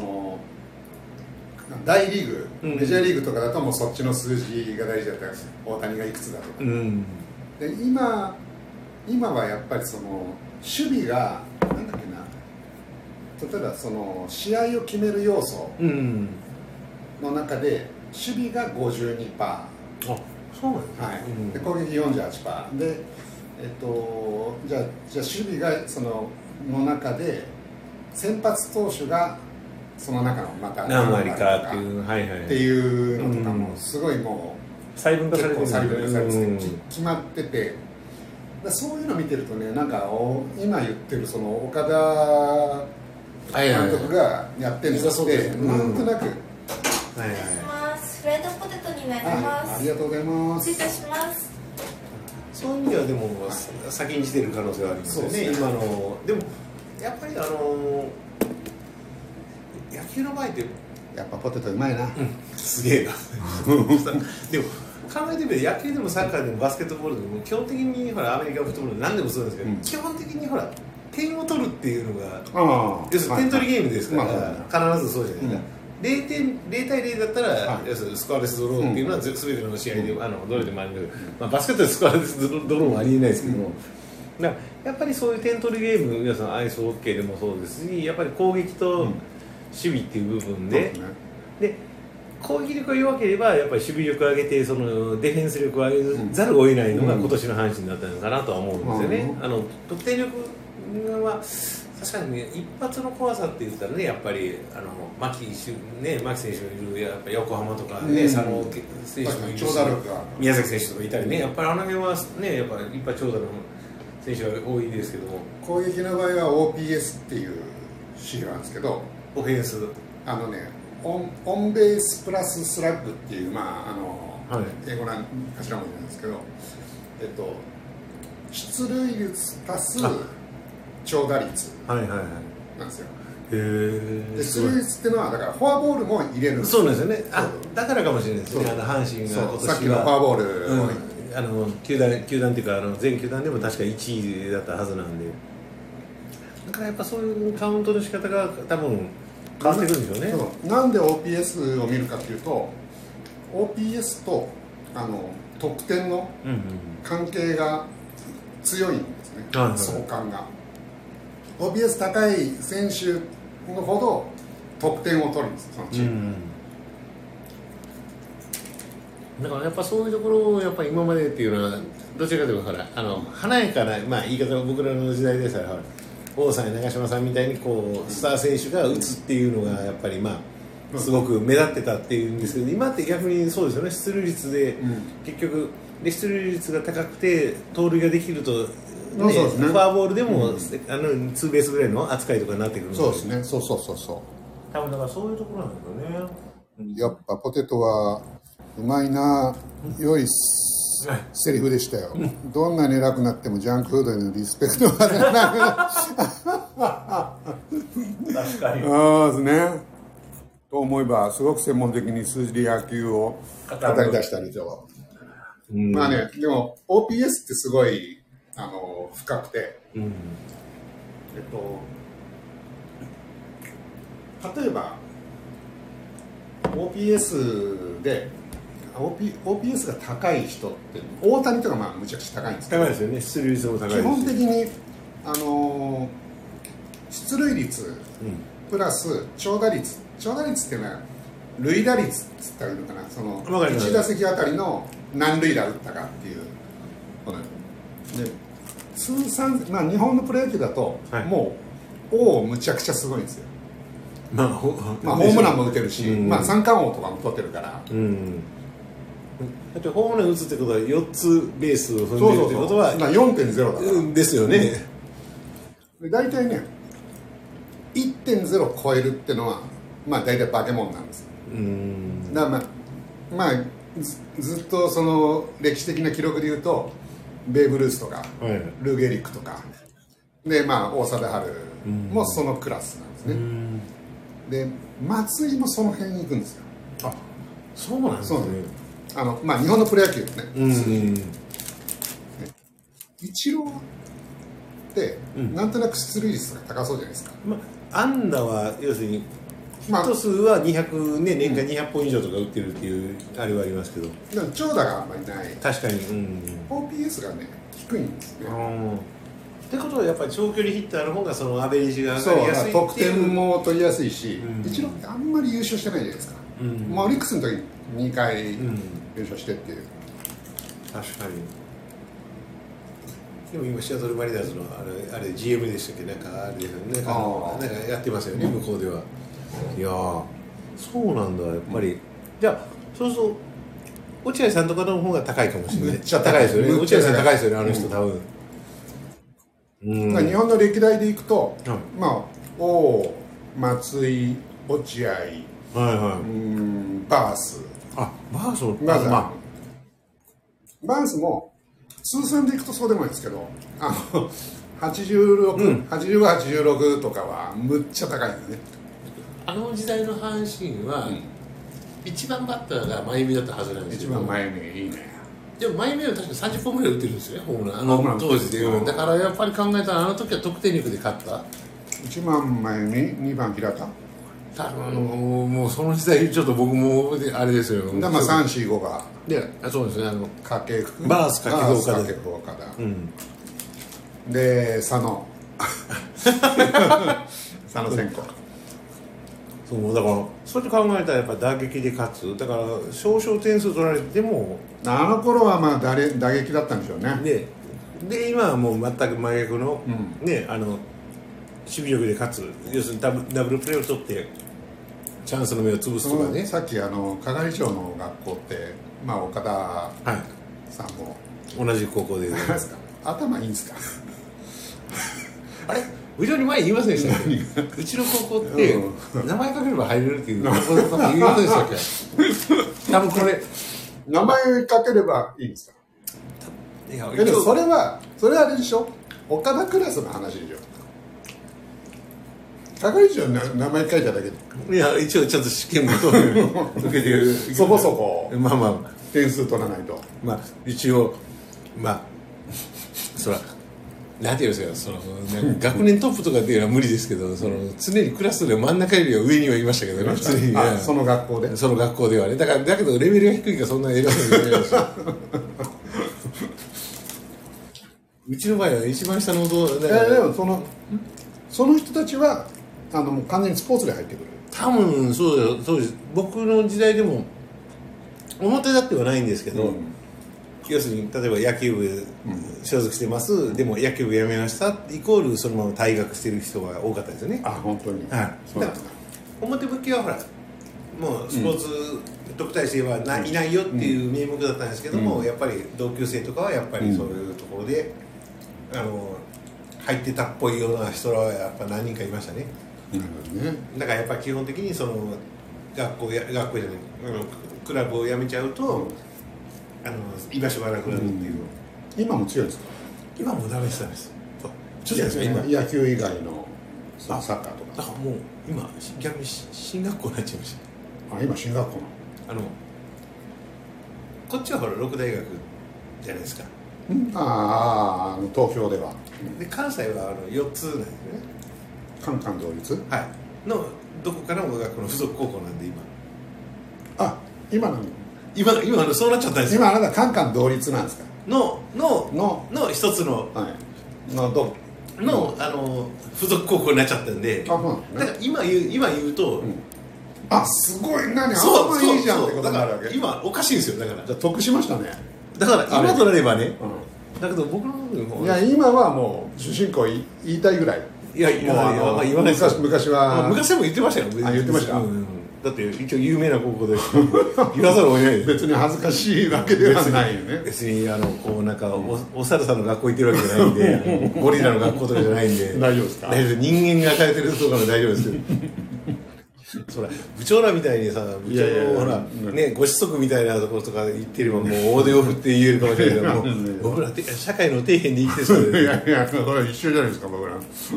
大リーグ、メジャーリーグとかだともうそっちの数字が大事だったり、大谷がいくつだとか、で今はやっぱり守備がなんだっけな、例えば試合を決める要素の中で守備が 52%、 そうなんですね、 で攻撃 48% で、じゃあ守備がの中で先発投手がその中のまた何割かっていうのとかもすごいもう細分化されて決まってて、そういうの見てるとね、なんか今言ってる岡田監督がやってるんですって、なんとなく。 フライドポテトになります。 ありがとうございます。 失礼します。 そういう意味ではでも先にしてる可能性はありますよね。今のでもやっぱり野球の場合ってやっぱポテトうまいな。 すげえな。でも考えてみれば野球でもサッカーでもバスケットボールでも基本的にほらアメリカンフットボールで何でもそうですけど、基本的にほら点を取るっていうのが要するに点取りゲームですから必ずそうじゃないですか。0対0だったら要するにスコアレスドローっていうのは全ての試合でどれでもあるけど、バスケットでスコアレスドローはありえないですけども、やっぱりそういう点取りゲーム、皆さんアイスホッケーでもそうですし、やっぱり攻撃と守備っていう部分で、攻撃力が弱ければやっぱり守備力を上げてディフェンス力を上げざるを得ないのが今年の阪神だったのかなとは思うんですよね。得点力は確かにね、一発の怖さって言ったらね、やっぱり牧選手のいるやっぱ横浜とかね、佐野選手もいるし、宮崎選手とかいたりね、やっぱり辺はね、やっぱりいっぱい長打の選手が多いですけども、 攻撃の場合は OPS っていう指標なんですけど、 オフェンスオンベースプラススラッグっていう、英語なん頭文字なんですけど、出塁率足す長打率なんですよ。で出塁率っていうのはだからフォアボールも入れるんですよ。 そうなんですよね。だからかもしれないですね。阪神が今年はさっきのフォアボール球団っていうか全球団でも確か1位だったはずなんで、だからやっぱそういうカウントの仕方が多分変わってくるんでしょうね。 なんで OPS を見るかというと、 OPS と得点の関係が強いんですね、相関が。OPS 高い選手のほど得点を取るんです、そのチーム。 だからやっぱそういうところをやっぱ今までっていうのはどちらかというと華やかな、言い方は僕らの時代でさえ王さんや長嶋さんみたいにスター選手が打つっていうのがやっぱりすごく目立ってたっていうんですけど、今って逆にそうですよね。出塁率で結局出塁率が高くて盗塁ができるとフォアボールでもツーベースぐらいの扱いとかになってくるんですよ。 そうですね。そう多分だからそういうところなんですよね。 やっぱポテトはうまいな、良いセリフでしたよ。どんなに偉くなってもジャンクフードへのリスペクトはない確かにですね。と思えばすごく専門的に数字で野球を語り出したりと、まあね、でも OPS ってすごい深くて、例えば OPS でOPS が高い人って大谷とかまあむちゃくちゃ高いんですけど、 高いですよね。出塁率も高いです。 基本的に出塁率、プラス長打率っていうのは塁打率って言ったらいいのかな、その1打席あたりの何塁打打ったかっていうで通算、まあ、日本のプロ野球だと、もう王むちゃくちゃすごいんですよ。まあホームランも打てるし、まあ、三冠王とかも取ってるから、だってホームラン打つってことは4つベースを踏んでるってことは 4.0 だからですよね。 大体ね 1.0 超えるってのはまあ大体化け物なんです。だからまあずっとその歴史的な記録でいうとベーブ・ルースとか、ルー・ゲリックとかで、まあ、大貞治もそのクラスなんですね。で松井もその辺に行くんですよ。 あ、そうなんですね。 まあ、日本のプロ野球ね、イチローってなんとなく出塁率が高そうじゃないですか。 安打は要するにヒット数は200、ね、年間200本以上とか打ってるっていうあれはありますけど、 でも長打があんまりない。 確かに、 OPS がね低いんですね。 ってことはやっぱり長距離ヒッターの方がそのアベレージが上がりやすいっていう。 得点も取りやすいし、イチローってあんまり優勝してないじゃないですか。まあオリックスの時に2回優勝してっていう。 確かに。でも今シアトルマリナーズのあれ GM でしたっけ、なんかあれですよね、なんかやってますよね、向こうでは。いやー、そうなんだ、やっぱり。じゃあそうすると落合さんとかの方が高いかもしれない。めっちゃ高いですよね。落合さん高いですよね、あの人多分。 日本の歴代でいくと、まあ王、松井、落合、バース。 あ、バースもバースも通算でいくとそうでもないですけど、86、85、86とかはむっちゃ高いんですね。 あの時代の阪神は、一番バッターが真弓だったはずなんですよ。 一番真弓いいね。 でも真弓は確か30本ぐらい打ってるんですよね、ホームラン。当時で。だからやっぱり考えたらあの時は得点力で勝った。 1番真弓、2番平田。 多分もうその時代ちょっと僕もあれですよ。 まあ3、4、5が。 で、そうですね、 掛布、 バース、掛布、岡田。 で、佐野。佐野先行。 そうだからそうやって考えたらやっぱ打撃で勝つ。だから少々点数取られても、 あの頃はまあ打撃だったんでしょうね。 で今はもう全く真逆の、ね、守備力で勝つ、要するにダブルプレーを取ってチャンスの目を潰すとかね。 さっき係長の学校って、まあ、岡田さんも、 同じ高校で頭いいんですかあれ非常に前言いませんでしたっけうちの高校って名前かければ入れるっていう高校だったって言いませんでしたっけ多分これ名前かければいいんですか。でもそれはあれでしょ、岡田クラスの話でしょ。係長の名前書いただけで。 いや一応ちゃんと試験も受けてるそこそこまあ点数取らないと。 まあ一応そらなんていうんですか、学年トップとかっていうのは無理ですけど、常にクラスで真ん中よりは上にはいましたけどね、常に。 その学校ではね。だけどレベルが低いからそんな偉そうに言えないですよ。うちの場合は一番下の弟でもその人たちはもう完全にスポーツで入ってくる。 多分そうです。僕の時代でも表立ってはないんですけど、要するに例えば野球部所属してます、でも野球部辞めましたイコールそのまま退学してる人が多かったですよね。 あ、本当に。 はい。そうなんだ。表向きはほらもうスポーツ特待生はいないよっていう名目だったんですけども、やっぱり同級生とかはやっぱりそういうところで、入ってたっぽいような人はやっぱ何人かいましたね。だからやっぱり基本的に学校じゃないクラブを辞めちゃうと、居場所がなくなるっていう、 今も強いですか？ 今もダメです。 ちょっと今野球以外のサッカーとかだからもう今逆に進学校になっちゃいました。 今進学校のこっちはほら六大学じゃないですか。 東京では。 で関西は4つなんですね。 カンカン同率はいのどこからも学校の付属高校なんで今のそうなっちゃったんですよ。 今あなたカンカン同率なんですか？ の一つの付属高校になっちゃったんで、だから今言うと、 すごい頭いいじゃんってことになるわけ。 今おかしいんですよ。だからじゃあ得しましたね。 だから今となればね、だけど僕の今はもう主人公言いたいぐらい。 言わないです。 昔は昔でも言ってましたよ。 言ってました。 だって一応有名な高校で言わざるを得ない。 別に恥ずかしいわけではないよね。 別にこうなんかお猿さんの学校行ってるわけじゃないんで、ゴリラの学校とかじゃないんで大丈夫ですか？ 人間が通ってるとかも大丈夫ですよ。そら部長らみたいにさ、部長ほらねご子息みたいなところとか行ってればもう大手を振って言えるかもしれないけど、もう僕ら社会の底辺で生きてそうです。 いやこれ一緒じゃないですか僕ら。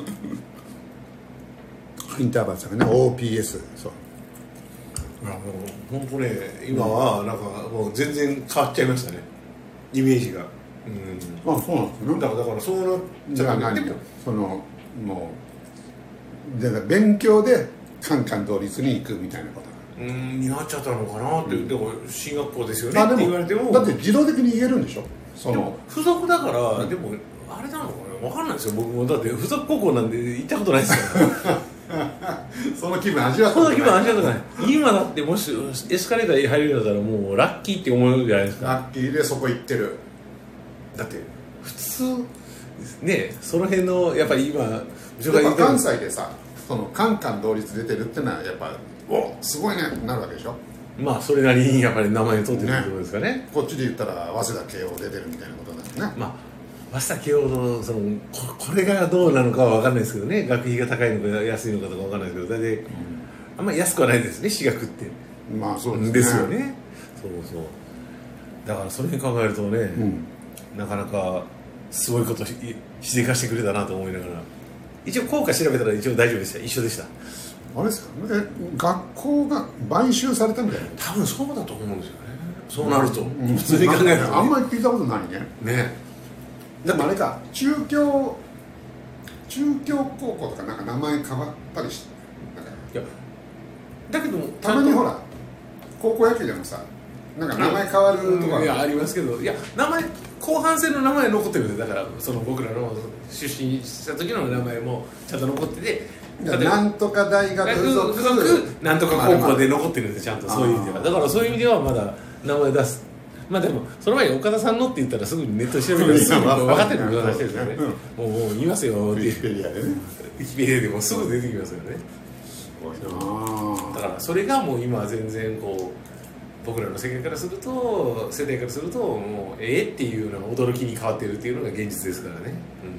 インターバルさんがね OPS そう。 もう本当ね今はなんかもう全然変わっちゃいましたね、イメージが。 そうなんですね。 だからそうなっちゃう。でももう勉強でカンカン同率に行くみたいなことになっちゃったのかなって。でも進学校ですよねって言われても、 だって自動的に言えるんでしょ。 付属だから、でもあれなのかな分かんないですよ僕も。だって付属高校なんで行ったことないですからその気分味わったことない。今だってもしエスカレーターに入れるんだったらもうラッキーって思うじゃないですか。 ラッキーでそこ行ってる。 だって普通ね、その辺のやっぱり今関西でさカンカン同率出てるってのはやっぱすごいねってなるわけでしょ。 それなりにやっぱり名前を取ってるってことですかね。 こっちで言ったら早稲田慶応出てるみたいなことだよね。 早稲田慶応のこれがどうなのかは分かんないですけどね、学費が高いのか安いのかとか分かんないですけど、大体あんまり安くはないですね、私学って。 そうですね。 ですよね。そうだからそれに考えるとね、なかなかすごいことしでかしてくれたなと思いながら、一応効果調べたら一応大丈夫でした。一緒でした。 あれですか、学校が買収されたみたいな。 多分そうだと思うんですよね。そうなると、普通に考えると、 あんまり聞いたことないね。でもあれか、中京高校とかなんか名前変わったりして、 いやだけどたまにほら高校野球でもさ、なんか名前変わるとか、 ありますけど、いや名前後半戦の名前残ってるんで、だから僕らの出身した時の名前もちゃんと残ってて、 なんとか大学付属なんとか高校で残ってるんで、ちゃんとそういう意味では。だからそういう意味ではまだ名前出す。でもその前に岡田さんのって言ったらすぐにネット調べたらすぐ分かってるって話ですよね。もう言いますよって。 ウィキペディアでね。 ウィキペディアでもすぐ出てきますよね。だからそれがもう今は全然僕らの世界からすると、世代からするともうっていうような驚きに変わっているっていうのが現実ですからね。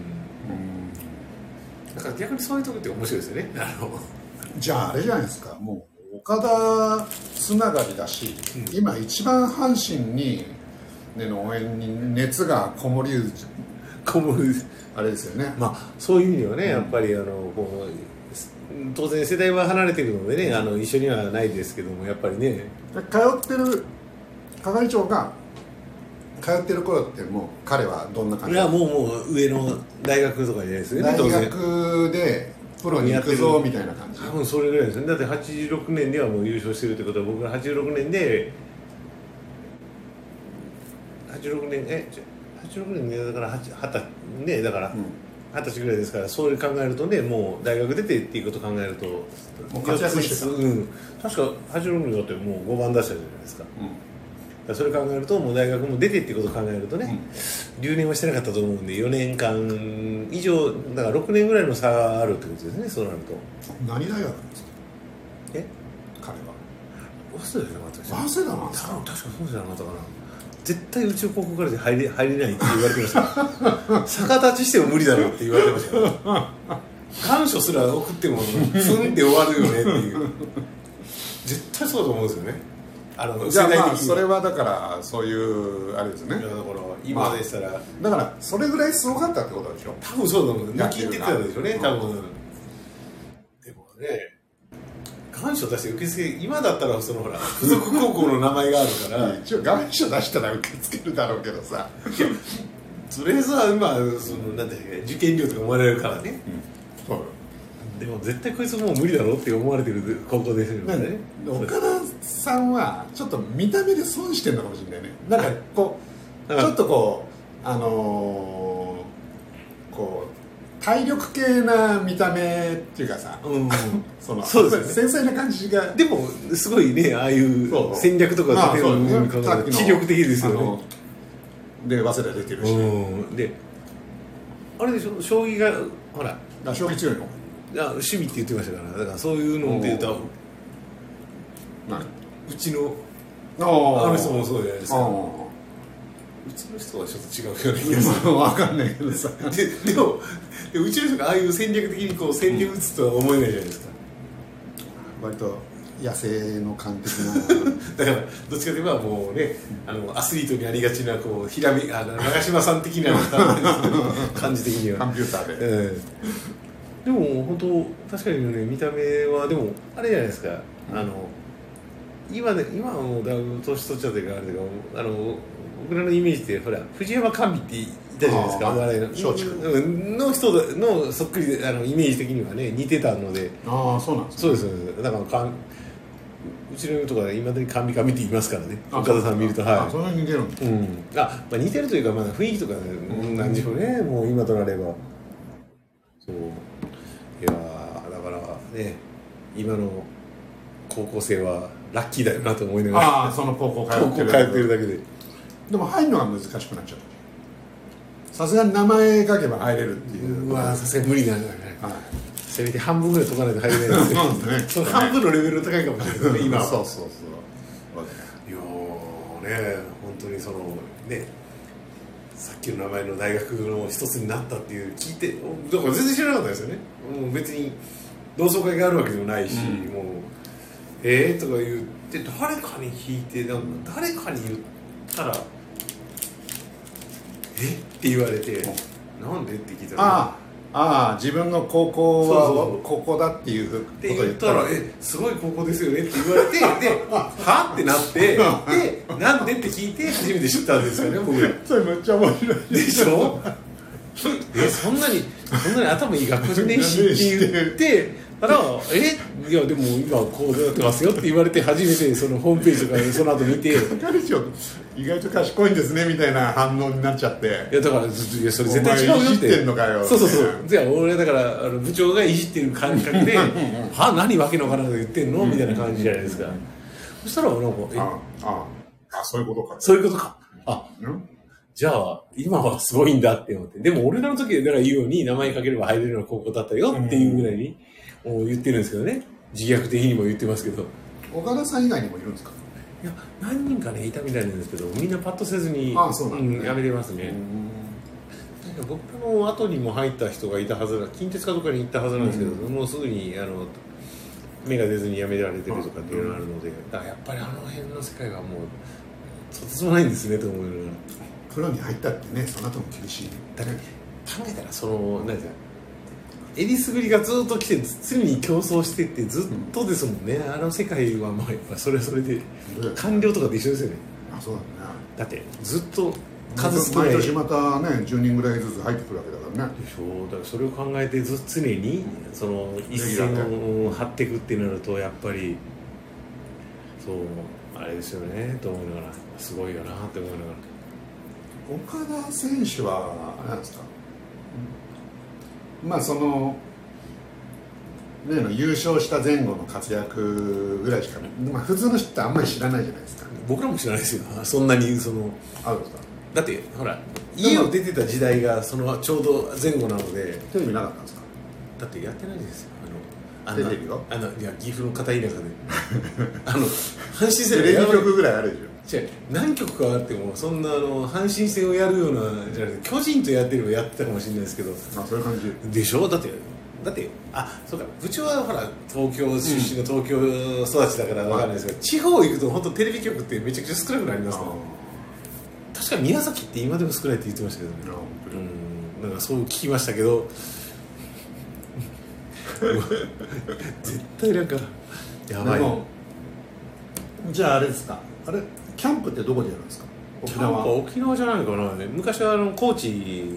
だから逆にそういうところって面白いですよね。 じゃああれじゃないですか、もう岡田つながりだし、今一番阪神にの応援に熱がこもるあれですよね。 そういう意味ではね、やっぱり当然世代は離れているのでね、一緒にはないですけども、やっぱりね、 通ってる係長が通ってる頃ってもう彼はどんな感じ？ いやもう上の大学とかじゃないですよね。 大学でプロに行くぞみたいな感じ。 多分それぐらいですね。だって86年ではもう優勝してるってことは、僕が86年で86年でだから20ね、だから20歳ぐらいですから、そういう考えるとね、もう大学出てっていうことを考えるともう活躍してた。確か86年だってもう5番出したじゃないですか。それ考えると、もう大学も出てっていうことを考えるとね、留年はしてなかったと思うんで、4年間以上だから6年ぐらいの差があるってことですね。そうなると。 何大学なんですか？彼は早稲田じゃなかったですか？ 早稲田なんですか？ 確かそうじゃなかったかな。絶対うちの高校からで入れないって言われてました逆立ちしても無理だろって言われてました願書すら送ってもふんって終わるよねっていう絶対そうだと思うんですよね。 じゃあまあそれはだからそういうあれですね。だから今でしたら、 だからそれぐらいすごかったってことでしょ。 多分そうだと思う。抜きって言ってたんでしょうね、多分。でもね、願書出して受付、今だったらそのほら付属高校の名前があるから一応願書出したら受け付けるだろうけどさ、 とりあえずは今そのなんていうか受験料とか思われるからね、 そうでも絶対こいつもう無理だろうって思われてる高校ですよね。 岡田さんはちょっと見た目で損してるのかもしれないね。なんかこうちょっとこうこう体力系な見た目っていうかさ、そうですね、繊細な感じが。 でもすごいね、ああいう戦略とか立てる気力的ですよね。 で早稲田出てるし、 であれでしょ、将棋がほら将棋強いの趣味って言ってましたから、だからそういうので言うとうちのあの人もそうじゃないですか。うちの人はちょっと違うような気がする。 分かんないけどさ。 でもうちの人がああいう戦略的にこう戦略打つとは思えないじゃないですか。 割と野生の感的な。 だからどっちかといえばもうね、アスリートにありがちなこう長嶋さん的な感じ的には。 コンピューターで。 でも本当確かにね、見た目はでもあれじゃないですか。今はもうだいぶ年取っちゃってるからあれだけど、僕らのイメージってほら藤山甘美っていたじゃないですか、お笑いの松竹の人のそっくりでイメージ的にはね似てたので。 ああ、そうなんですね。 そうです。だからうちのとかいまだに甘美って言いますからね、岡田さん見ると。はい、 そんなに似てるんですか。まあ似てるというか、まだ雰囲気とかなんでしょうね、もう今となれば。そういやだからね、今の高校生はラッキーだよなと思いながら。 その高校通ってるだけで。 でも入るのが難しくなっちゃった。さすがに名前書けば入れるっていう。 さすがに無理なんだよね。せめて半分ぐらい解かないと入れないんですよ。その半分のレベル高いかもしれないですね、今は。 そういやね、本当にそのね、さっきの名前の大学の一つになったっていう聞いて、だから全然知らなかったですよね。もう別に同窓会があるわけでもないし、もうとか言って誰かに聞いて、誰かに言ったらって言われて、なんでって聞いたら、 自分の高校はここだっていうことを言ったら、 すごい高校ですよねって言われて、ではってなって、でなんでって聞いて初めて知ったんですよね、僕ら。 それめっちゃ面白いでしょ。そんなに頭いい学校じゃねえしって言ってたら、いやでも今こうなってますよって言われて、初めてそのホームページとかその後見て、 係長意外と賢いんですねみたいな反応になっちゃって、 いやだからそれ絶対違うよって。 いじってんのかよ。 そうじゃあ俺だから部長がいじってる感覚で何わけのわからないこと言ってんのみたいな感じじゃないですか。そしたらなんかそういうことか。 そういうことか。じゃあ今はすごいんだって思って、でも俺らの時でだから言うように名前かければ入れるような高校だったよっていうぐらいに言ってるんですけどね。自虐的にも言ってますけど。 岡田さん以外にもいるんですか。 いや何人かねいたみたいなんですけど、みんなパッとせずにやめてますね。僕の後にも入った人がいたはずだ、近鉄かどっかに行ったはずなんですけど、もうすぐに芽が出ずに辞められてるとかっていうのがあるので、だからやっぱりあの辺の世界はもうとてつもないんですねと思いながら。 プロに入ったってね、その後も厳しい。 だから考えたら何ですか、えりすぐりがずっと来て常に競争してってずっとですもんね、あの世界はもうやっぱそれはそれで官僚とかと一緒ですよね。 そうだね。 だってずっと数少ない、毎年またね10人ぐらいずつ入ってくるわけだからね。 でしょ。だからそれを考えて常にその一線を張っていくってなると、やっぱりそうあれですよねと思いながら、すごいよなって思いながら。 岡田選手はあれなんですか、まあその例の優勝した前後の活躍ぐらいしか、まあ、普通の人ってあんまり知らないじゃないですか。 僕らも知らないですよ、そんなにその。 あるんですか。 だってほら家を出てた時代がそのちょうど前後なので。 テレビなかったんですか。 だってやってないですよ。 テレビよ。 いや岐阜の片田舎で阪神戦テレビ局ぐらいあるでしょ。 何局かあってもそんな阪神戦をやるようなじゃなくて、巨人とやってればやってたかもしれないですけど。 そういう感じでしょ。だってだってそうか、部長はほら東京出身の東京育ちだから分かんないですけど、地方行くと本当テレビ局ってめちゃくちゃ少なくなりますから、確か宮崎って今でも少ないって言ってましたけどね。なんかそう聞きましたけど絶対なんかやばい。 じゃああれですか、あれキャンプってどこでやるんですか？ 沖縄じゃないのかな。昔は高知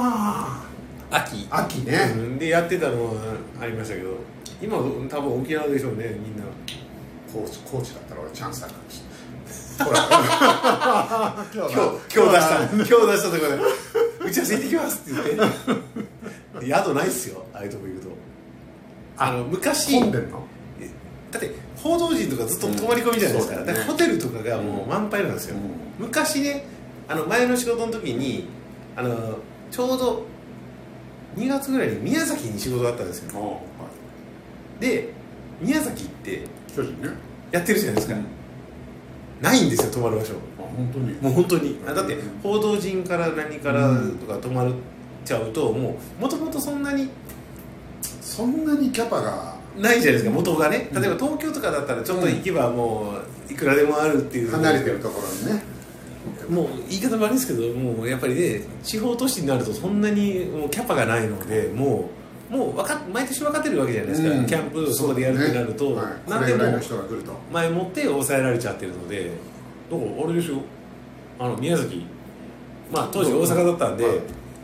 秋ね、 でやってたのはありましたけど、今は多分沖縄でしょうね、みんな。 高知だったら俺チャンスあるかもしれない今日出したところで打ち合わせ行ってきますって言って宿ないっすよ、ああいうとこ行くと。昔混んでんの？ だって報道陣とかずっと泊まり込みじゃないですか、だからホテルとかがもう満杯なんですよ。昔ね、前の仕事の時にちょうど2月ぐらいに宮崎に仕事があったんですよ。で宮崎って巨人ねやってるじゃないですか、ないんですよ泊まる場所。 本当にもう本当にだって報道陣から何からとか泊まっちゃうと、もともとそんなにキャパがないじゃないですか、元がね。例えば東京とかだったらちょっと行けばもういくらでもあるっていう、 離れてるところにね、 もう言い方悪いですけど、もうやっぱりね、地方都市になるとそんなにもうキャパがないので、もう毎年分かってるわけじゃないですか、キャンプそこでやるってなると、 何でも前もって抑えられちゃってるので、だからあれですよ、宮崎、当時大阪だったんで、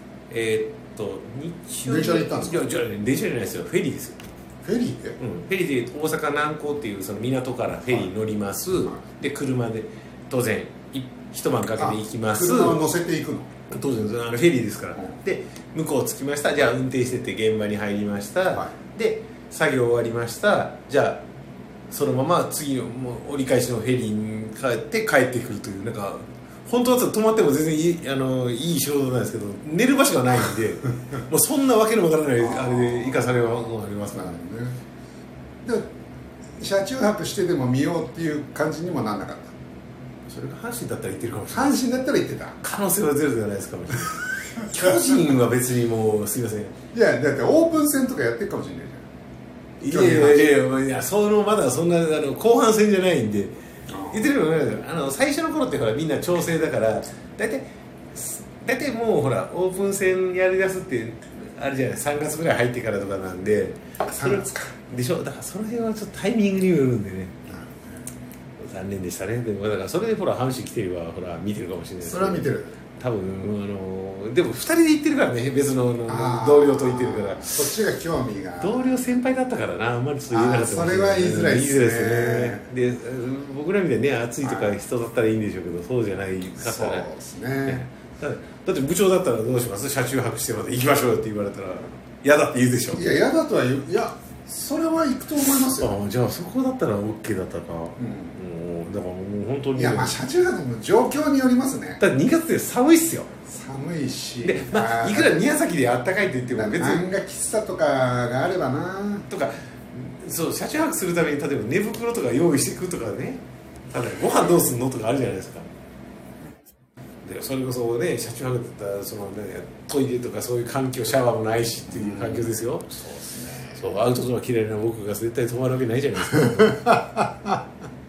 日曜日電車で行ったんですか？ いや、電車じゃないですよ、フェリーですよ。 フェリーで？ フェリーで大阪南港っていうその港からフェリー乗ります、で車で当然一晩かけて行きます。 車を乗せていくの？ 当然フェリーですから、で向こう着きました、じゃあ運転してって現場に入りました、で作業終わりました、じゃあそのまま次の折り返しのフェリーに帰ってくるという、なんか本当だったら泊まっても全然いい仕事なんですけど、寝る場所がないんでもうそんなわけのわからないあれで行かされるのがありますからね。 で車中泊してでも見ようっていう感じにもなんなかった？ それが阪神だったら行ってるかもしれない。 阪神だったら行ってた可能性はゼロではないですかもしれない巨人は別にもうすいません。いやだってオープン戦とかやってるかもしれないじゃん。いやまだそんな後半戦じゃないんで言ってるのも最初の頃ってほらみんな調整だから大体もうほらオープン戦やりだすってあれじゃない、3月ぐらい入ってからとかなんで。 3月かでしょ。だからその辺はちょっとタイミングによるんでね、残念でしたね。でもだからそれでほら阪神来てればほら見てるかもしれないです。 それは見てる。 多分でも2人で行ってるからね、別の同僚と行ってるから。 そっちが興味が。 同僚先輩だったからな、あんまりそう言えなかったかもしれない。 それは言いづらいですね。で僕らみたいにね暑いとか人だったらいいんでしょうけど、そうじゃないかったら。 そうですね。 だって部長だったらどうします？車中泊してまで行きましょうって言われたら嫌だって言うでしょ。 いや嫌だとは言う。いやそれは行くと思いますよ。 じゃあそこだったら OK だったか。だからもう本当に。 いや車中泊の状況によりますね。 だって2月で寒いっすよ。 寒いし。 でいくら宮崎であったかいって言っても別に。 漫画喫茶とかがあればな。とかそう車中泊するために例えば寝袋とか用意していくとかね。ただご飯どうすんのとかあるじゃないですか。でそれこそね車中泊だったらその、ね、トイレとかそういう環境シャワーもないしっていう環境ですよ。そうですね。そうアウトドア嫌いな僕が絶対泊まるわけないじゃないですか。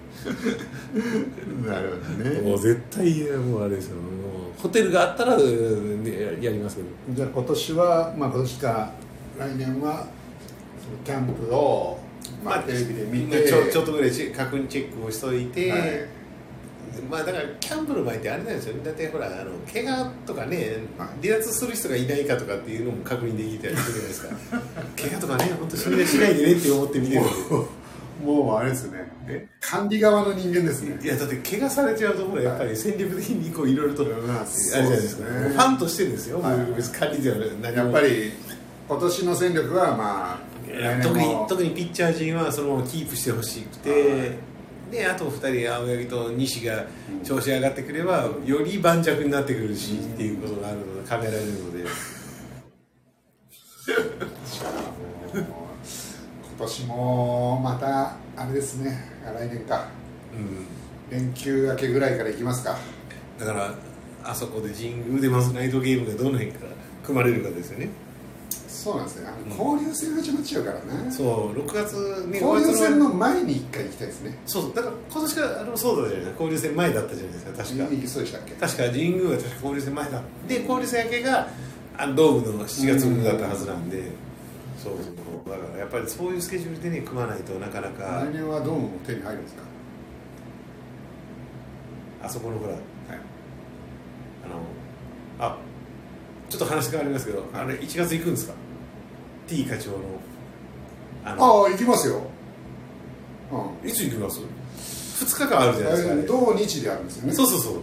なるほどね。 もう絶対もうあれですよ。ホテルがあったら、ね、やりますけど。 じゃあ今年は今年か来年はキャンプを、テレビで見てちょっとぐらい確認チェックをしといて、だからキャンプの場合ってあれなんですよね。だってほら怪我とかね、離脱する人がいないかとかっていうのも確認できたりするじゃないですか。怪我とかね本当心配しないでねって思って見てるんで。 もうあれですね。管理側の人間ですね。 いやだって怪我されちゃうところやっぱり戦略的にこういろいろとあるじゃないですか。ファンとしてですよ。別に管理では何も。 やっぱり今年の戦力は特にピッチャー陣はそのままキープしてほしくて、であと2人青柳と西が調子上がってくればより盤石になってくるしっていうことがあるので考えられるので。 今年もまたあれですね、来年か、連休明けぐらいから行きますか。 だからあそこで神宮でナイトゲームがどの辺から組まれるかですよね。 そうなんですね。交流戦始まっちゃうからね。 そう、6月に交流戦の前に1回行きたいですね。 そう、だから今年からそうだじゃないですか。交流戦前だったじゃないですか、確か。 そうでしたっけ。 確か神宮は確か交流戦前だ。で、交流戦明けがドームの7月だったはずなんで、そうそう、だからやっぱりそういうスケジュールでね組まないとなかなか。 来年はドームも手に入るんですか。 あそこのほら、ちょっと話変わりますけど、あれ1月行くんですか。T 課長の行きますよ。 いつ行きます。2日間あるじゃないですか。 土日であるんですよね。 そうそうそう。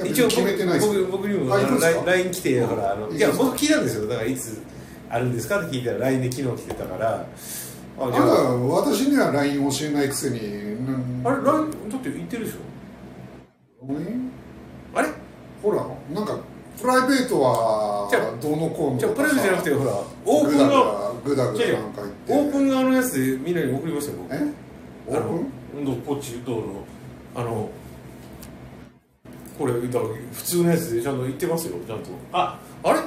一応決めてないです。 僕にも LINE 来て、ほらいや僕聞いたんですよ。だからいつあるんですかって聞いたら LINE で昨日来てたから。 私には LINE 教えないくせに。 あれ LINE だって言ってるでしょ。あれほらなんかプライベートはどのコーナーじゃプライベートじゃなくてほらオープンがグダグダなんか言ってオープン側のやつでみんなに送りましたよ。 オープンこっち道路これだから普通のやつでちゃんと言ってますよ。ちゃんとあれ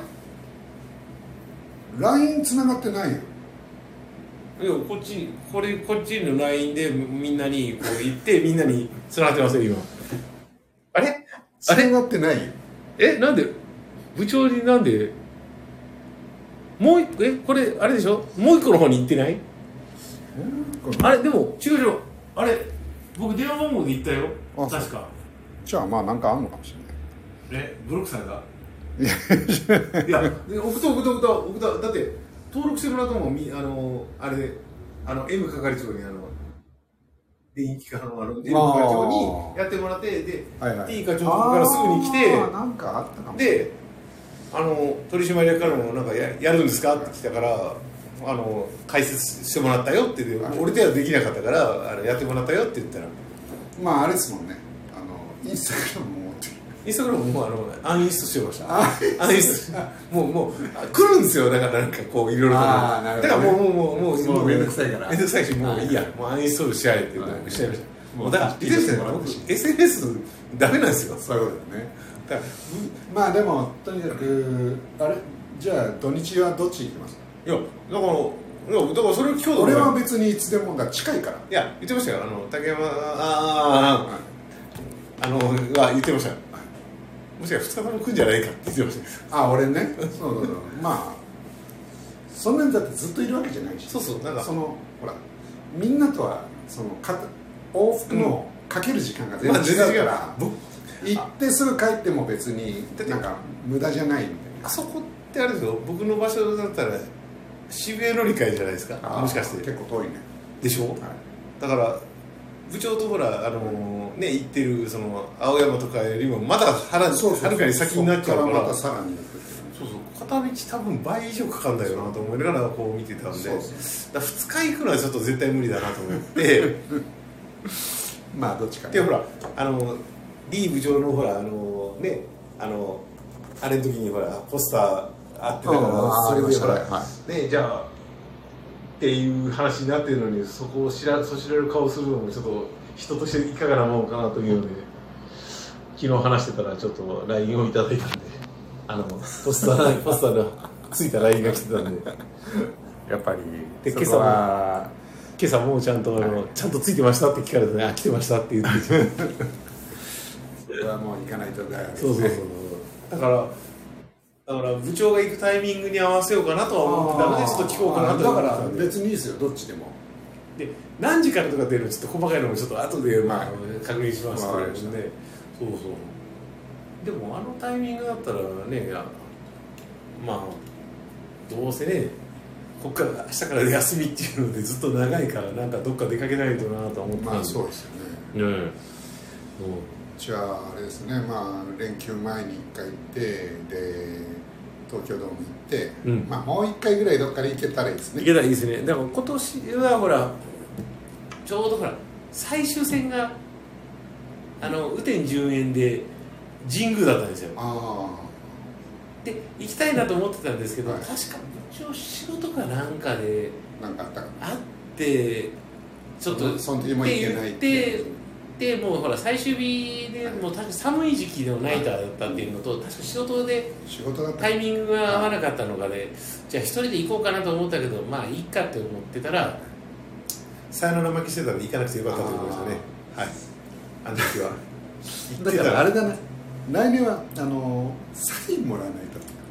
LINE 繋がってないよ。 いやこっちの LINE でみんなにこう言ってみんなに繋がってますよ今。あれ繋がってないよ。 なんで部長になんでもう一個これあれでしょ。もう一個の方に行ってない。あれでも違うあれ僕電話番号で言ったよ確か。 じゃあまあなんかあんのかもしれない。 ブロックされた。いや送っただって登録してもらったもんあれでM 係長に電気課のM 係長にやってもらってで、T 課長からすぐに来てなんかあったかもで取締役からもなんかやるんですかって来たから解説してもらったよって俺ではできなかったからやってもらったよって言ったらまああれですもんねインスタグラムも持ってる。 インスタグラムもアンインストしてました。アンインストもう来るんですよ。だからなんかこういろいろとだからもうめんどくさいからめんどくさいしもういいやもうアンインストールしちゃえっていうしちゃいました。もうだから言ってたよ僕 SNS ダメなんですよ。 そういうことね。だからまあでもとにかくあれじゃあ土日はどっち行きますか。 いやだからそれを聞こうと俺は別にいつでも近いから。 いや言ってましたよ竹山は言ってました。もしかしたら2日目来るんじゃないかって言ってました俺ねそうまあそんなにだってずっといるわけじゃないし。 そうなんかほらみんなとは往復のかける時間が全然違うから、行ってすぐ帰っても別になんか無駄じゃないみたいな。 あそこってあれですよ僕の場所だったら渋谷乗り換えじゃないですか。もしかして結構遠いねでしょ、だから部長とほら行ってる青山とかよりもまだはるかに先になっちゃうからまたさらに片道多分倍以上かかるんだよなと思いながらこう見てたんで2日行くのはちょっと絶対無理だなと思ってまあどっちかでほらD 部長のほらあれの時にほらポスターあってたからそれでほらじゃあっていう話になってるのにそこをそちらの顔するのもちょっと人としていかがなもんかなというので昨日話してたらちょっと LINE をいただいたんでポスターのついた LINE が来てたんでやっぱりで今朝もちゃんとちゃんとついてましたって聞かれてね来てましたって言ってそれはもう行かないとだよね。 そうだから部長が行くタイミングに合わせようかなとは思ってたのでちょっと聞こうかなと思ってたんで。だから別にいいですよどっちでも。 で何時からとか出るのちょっと細かいのもちょっと後で確認しますけどね。そうでもタイミングだったらねまあどうせねこっから明日から休みっていうのでずっと長いからなんかどっか出かけないとなと思ってまあそうですよね。じゃああれですね連休前に1回行ってで東京ドーム行って、もう1回ぐらいどっかで行けたらいいですね。 行けたらいいですね。でも今年はほらちょうどほら最終戦が雨天順延で神宮だったんですよ。で行きたいなと思ってたんですけど、確か部長仕事かなんかでなんかあったかなあってちょっとその時も行けないっててもうほら最終日でもう確か寒い時期のナイターだったっていうのと、確か仕事でタイミングが合わなかったのかで、じゃあ一人で行こうかなと思ったけど、まあいいかって思ってたら、 さよなら負けしてたら行かなくてよかったと思いましたね。はい。あの時は。 だからあれだね。来年はサインもらわない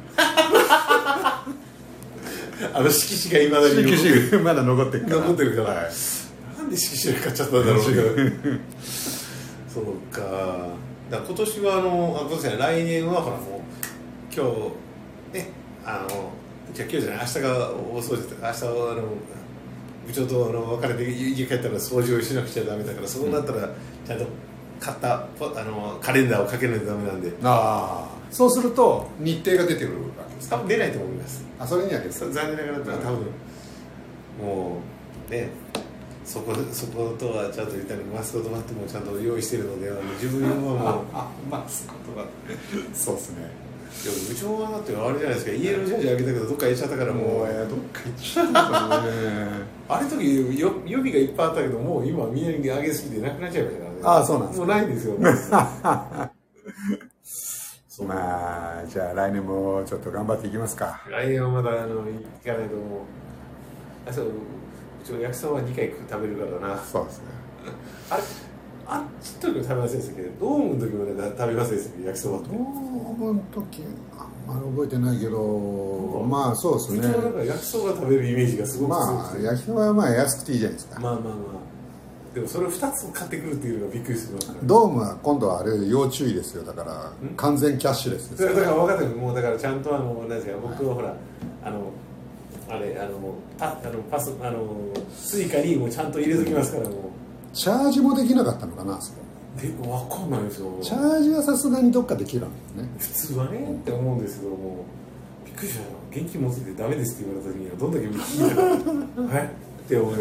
と。色紙がいまだに色紙まだ残ってるから。 残ってるから。はい、なんで色紙を買っちゃったんだろうけど。そうか。だから今年は今年は来年はほらもう今日ねじゃあ今日じゃない明日が大掃除とか明日部長と別れて家帰ったら掃除をしなくちゃダメだから、そうなったらちゃんと買ったカレンダーをかけないとダメなんで。 ああ、そうすると日程が出てくるわけですか。 多分出ないと思います。 あ、それにはです残念ながら多分もうね、そことはちゃんと言ったりマスコットマットもちゃんと用意しているので、自分はもうマスコットマットそうですね。 でも部長はだってあれじゃないですか、家のジャージあげたけどどっか行っちゃったからもうどっか行っちゃったねあれ時予備がいっぱいあったけど、もう今宮城に上げすぎてなくなっちゃいましたからね。 ああ、そうなんですもうないんですよまあじゃあ来年もちょっと頑張っていきますか。 来年はまだ行かないともうそう、うちの焼きそばは2回食べるからな。 そうですね。 あっちの時も食べませんでしたけど、ドームの時もなんか食べませんでしたけど、焼きそばって。 ドームの時あんまり覚えてないけど、まあそうですね。 うちはなんか焼きそば食べるイメージがすごく強くて。 まあ焼きそばはまあ安くていいじゃないですか。 まあでもそれを2つ買ってくるっていうのがびっくりする。 ドームは今度はあれ要注意ですよ。だから完全キャッシュレスですよ。だから分かってる。もうだからちゃんと何ですか、僕はほらスイカにもちゃんと入れときますから。もうチャージもできなかったのかな、そこ。 分かんないですよ。 チャージはさすがにどっかできるんですね。 普通はね、って思うんですけども、びっくりした。現金持っててダメですって言われた時にはどんだけびっくりしたかはいって思う。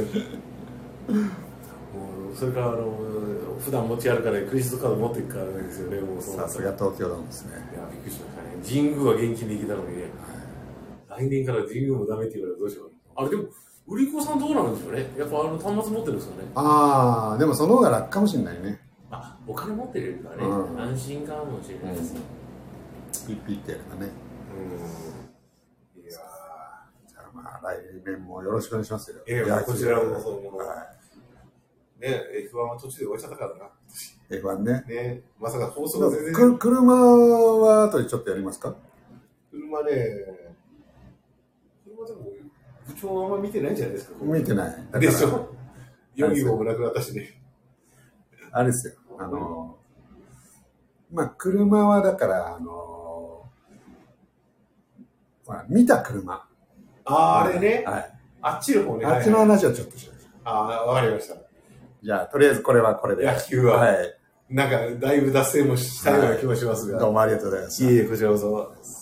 それから普段持ち歩かないクレジットカード持っていくからですよね。もうさすが東京ドームですね。 いやびっくりしましたね。神宮は現金で行けたのにね、来年から神宮もダメって言われたらどうしようかな。でも売り子さんどうなんでしょうね。やっぱ端末持ってるんですかね。 ああ、でもその方が楽かもしれないね。 お金持ってるからね、安心かもしれないですね。 ピッピッってやればね。いやじゃあまあ来年もよろしくお願いしますよ。 いやこちらもそうね、F1 は途中で終わっちゃったからな。 F1 ね。 ね、まさか放送が全然。 車は後でちょっとやりますか？ 車でも部長はあんま見てないんじゃないですか。 見てない。 でしょ。4号もなくなったしね。あれですよ。まあ車はだから見た車。 あれね。 はい。 あっちの方ね。 あっちの話はちょっとします。 わかりました。 じゃあとりあえずこれはこれで。 野球は。はい。なんかだいぶ脱線もしたような気もしますが。 どうもありがとうございます。 いえいえ、こちらこそ。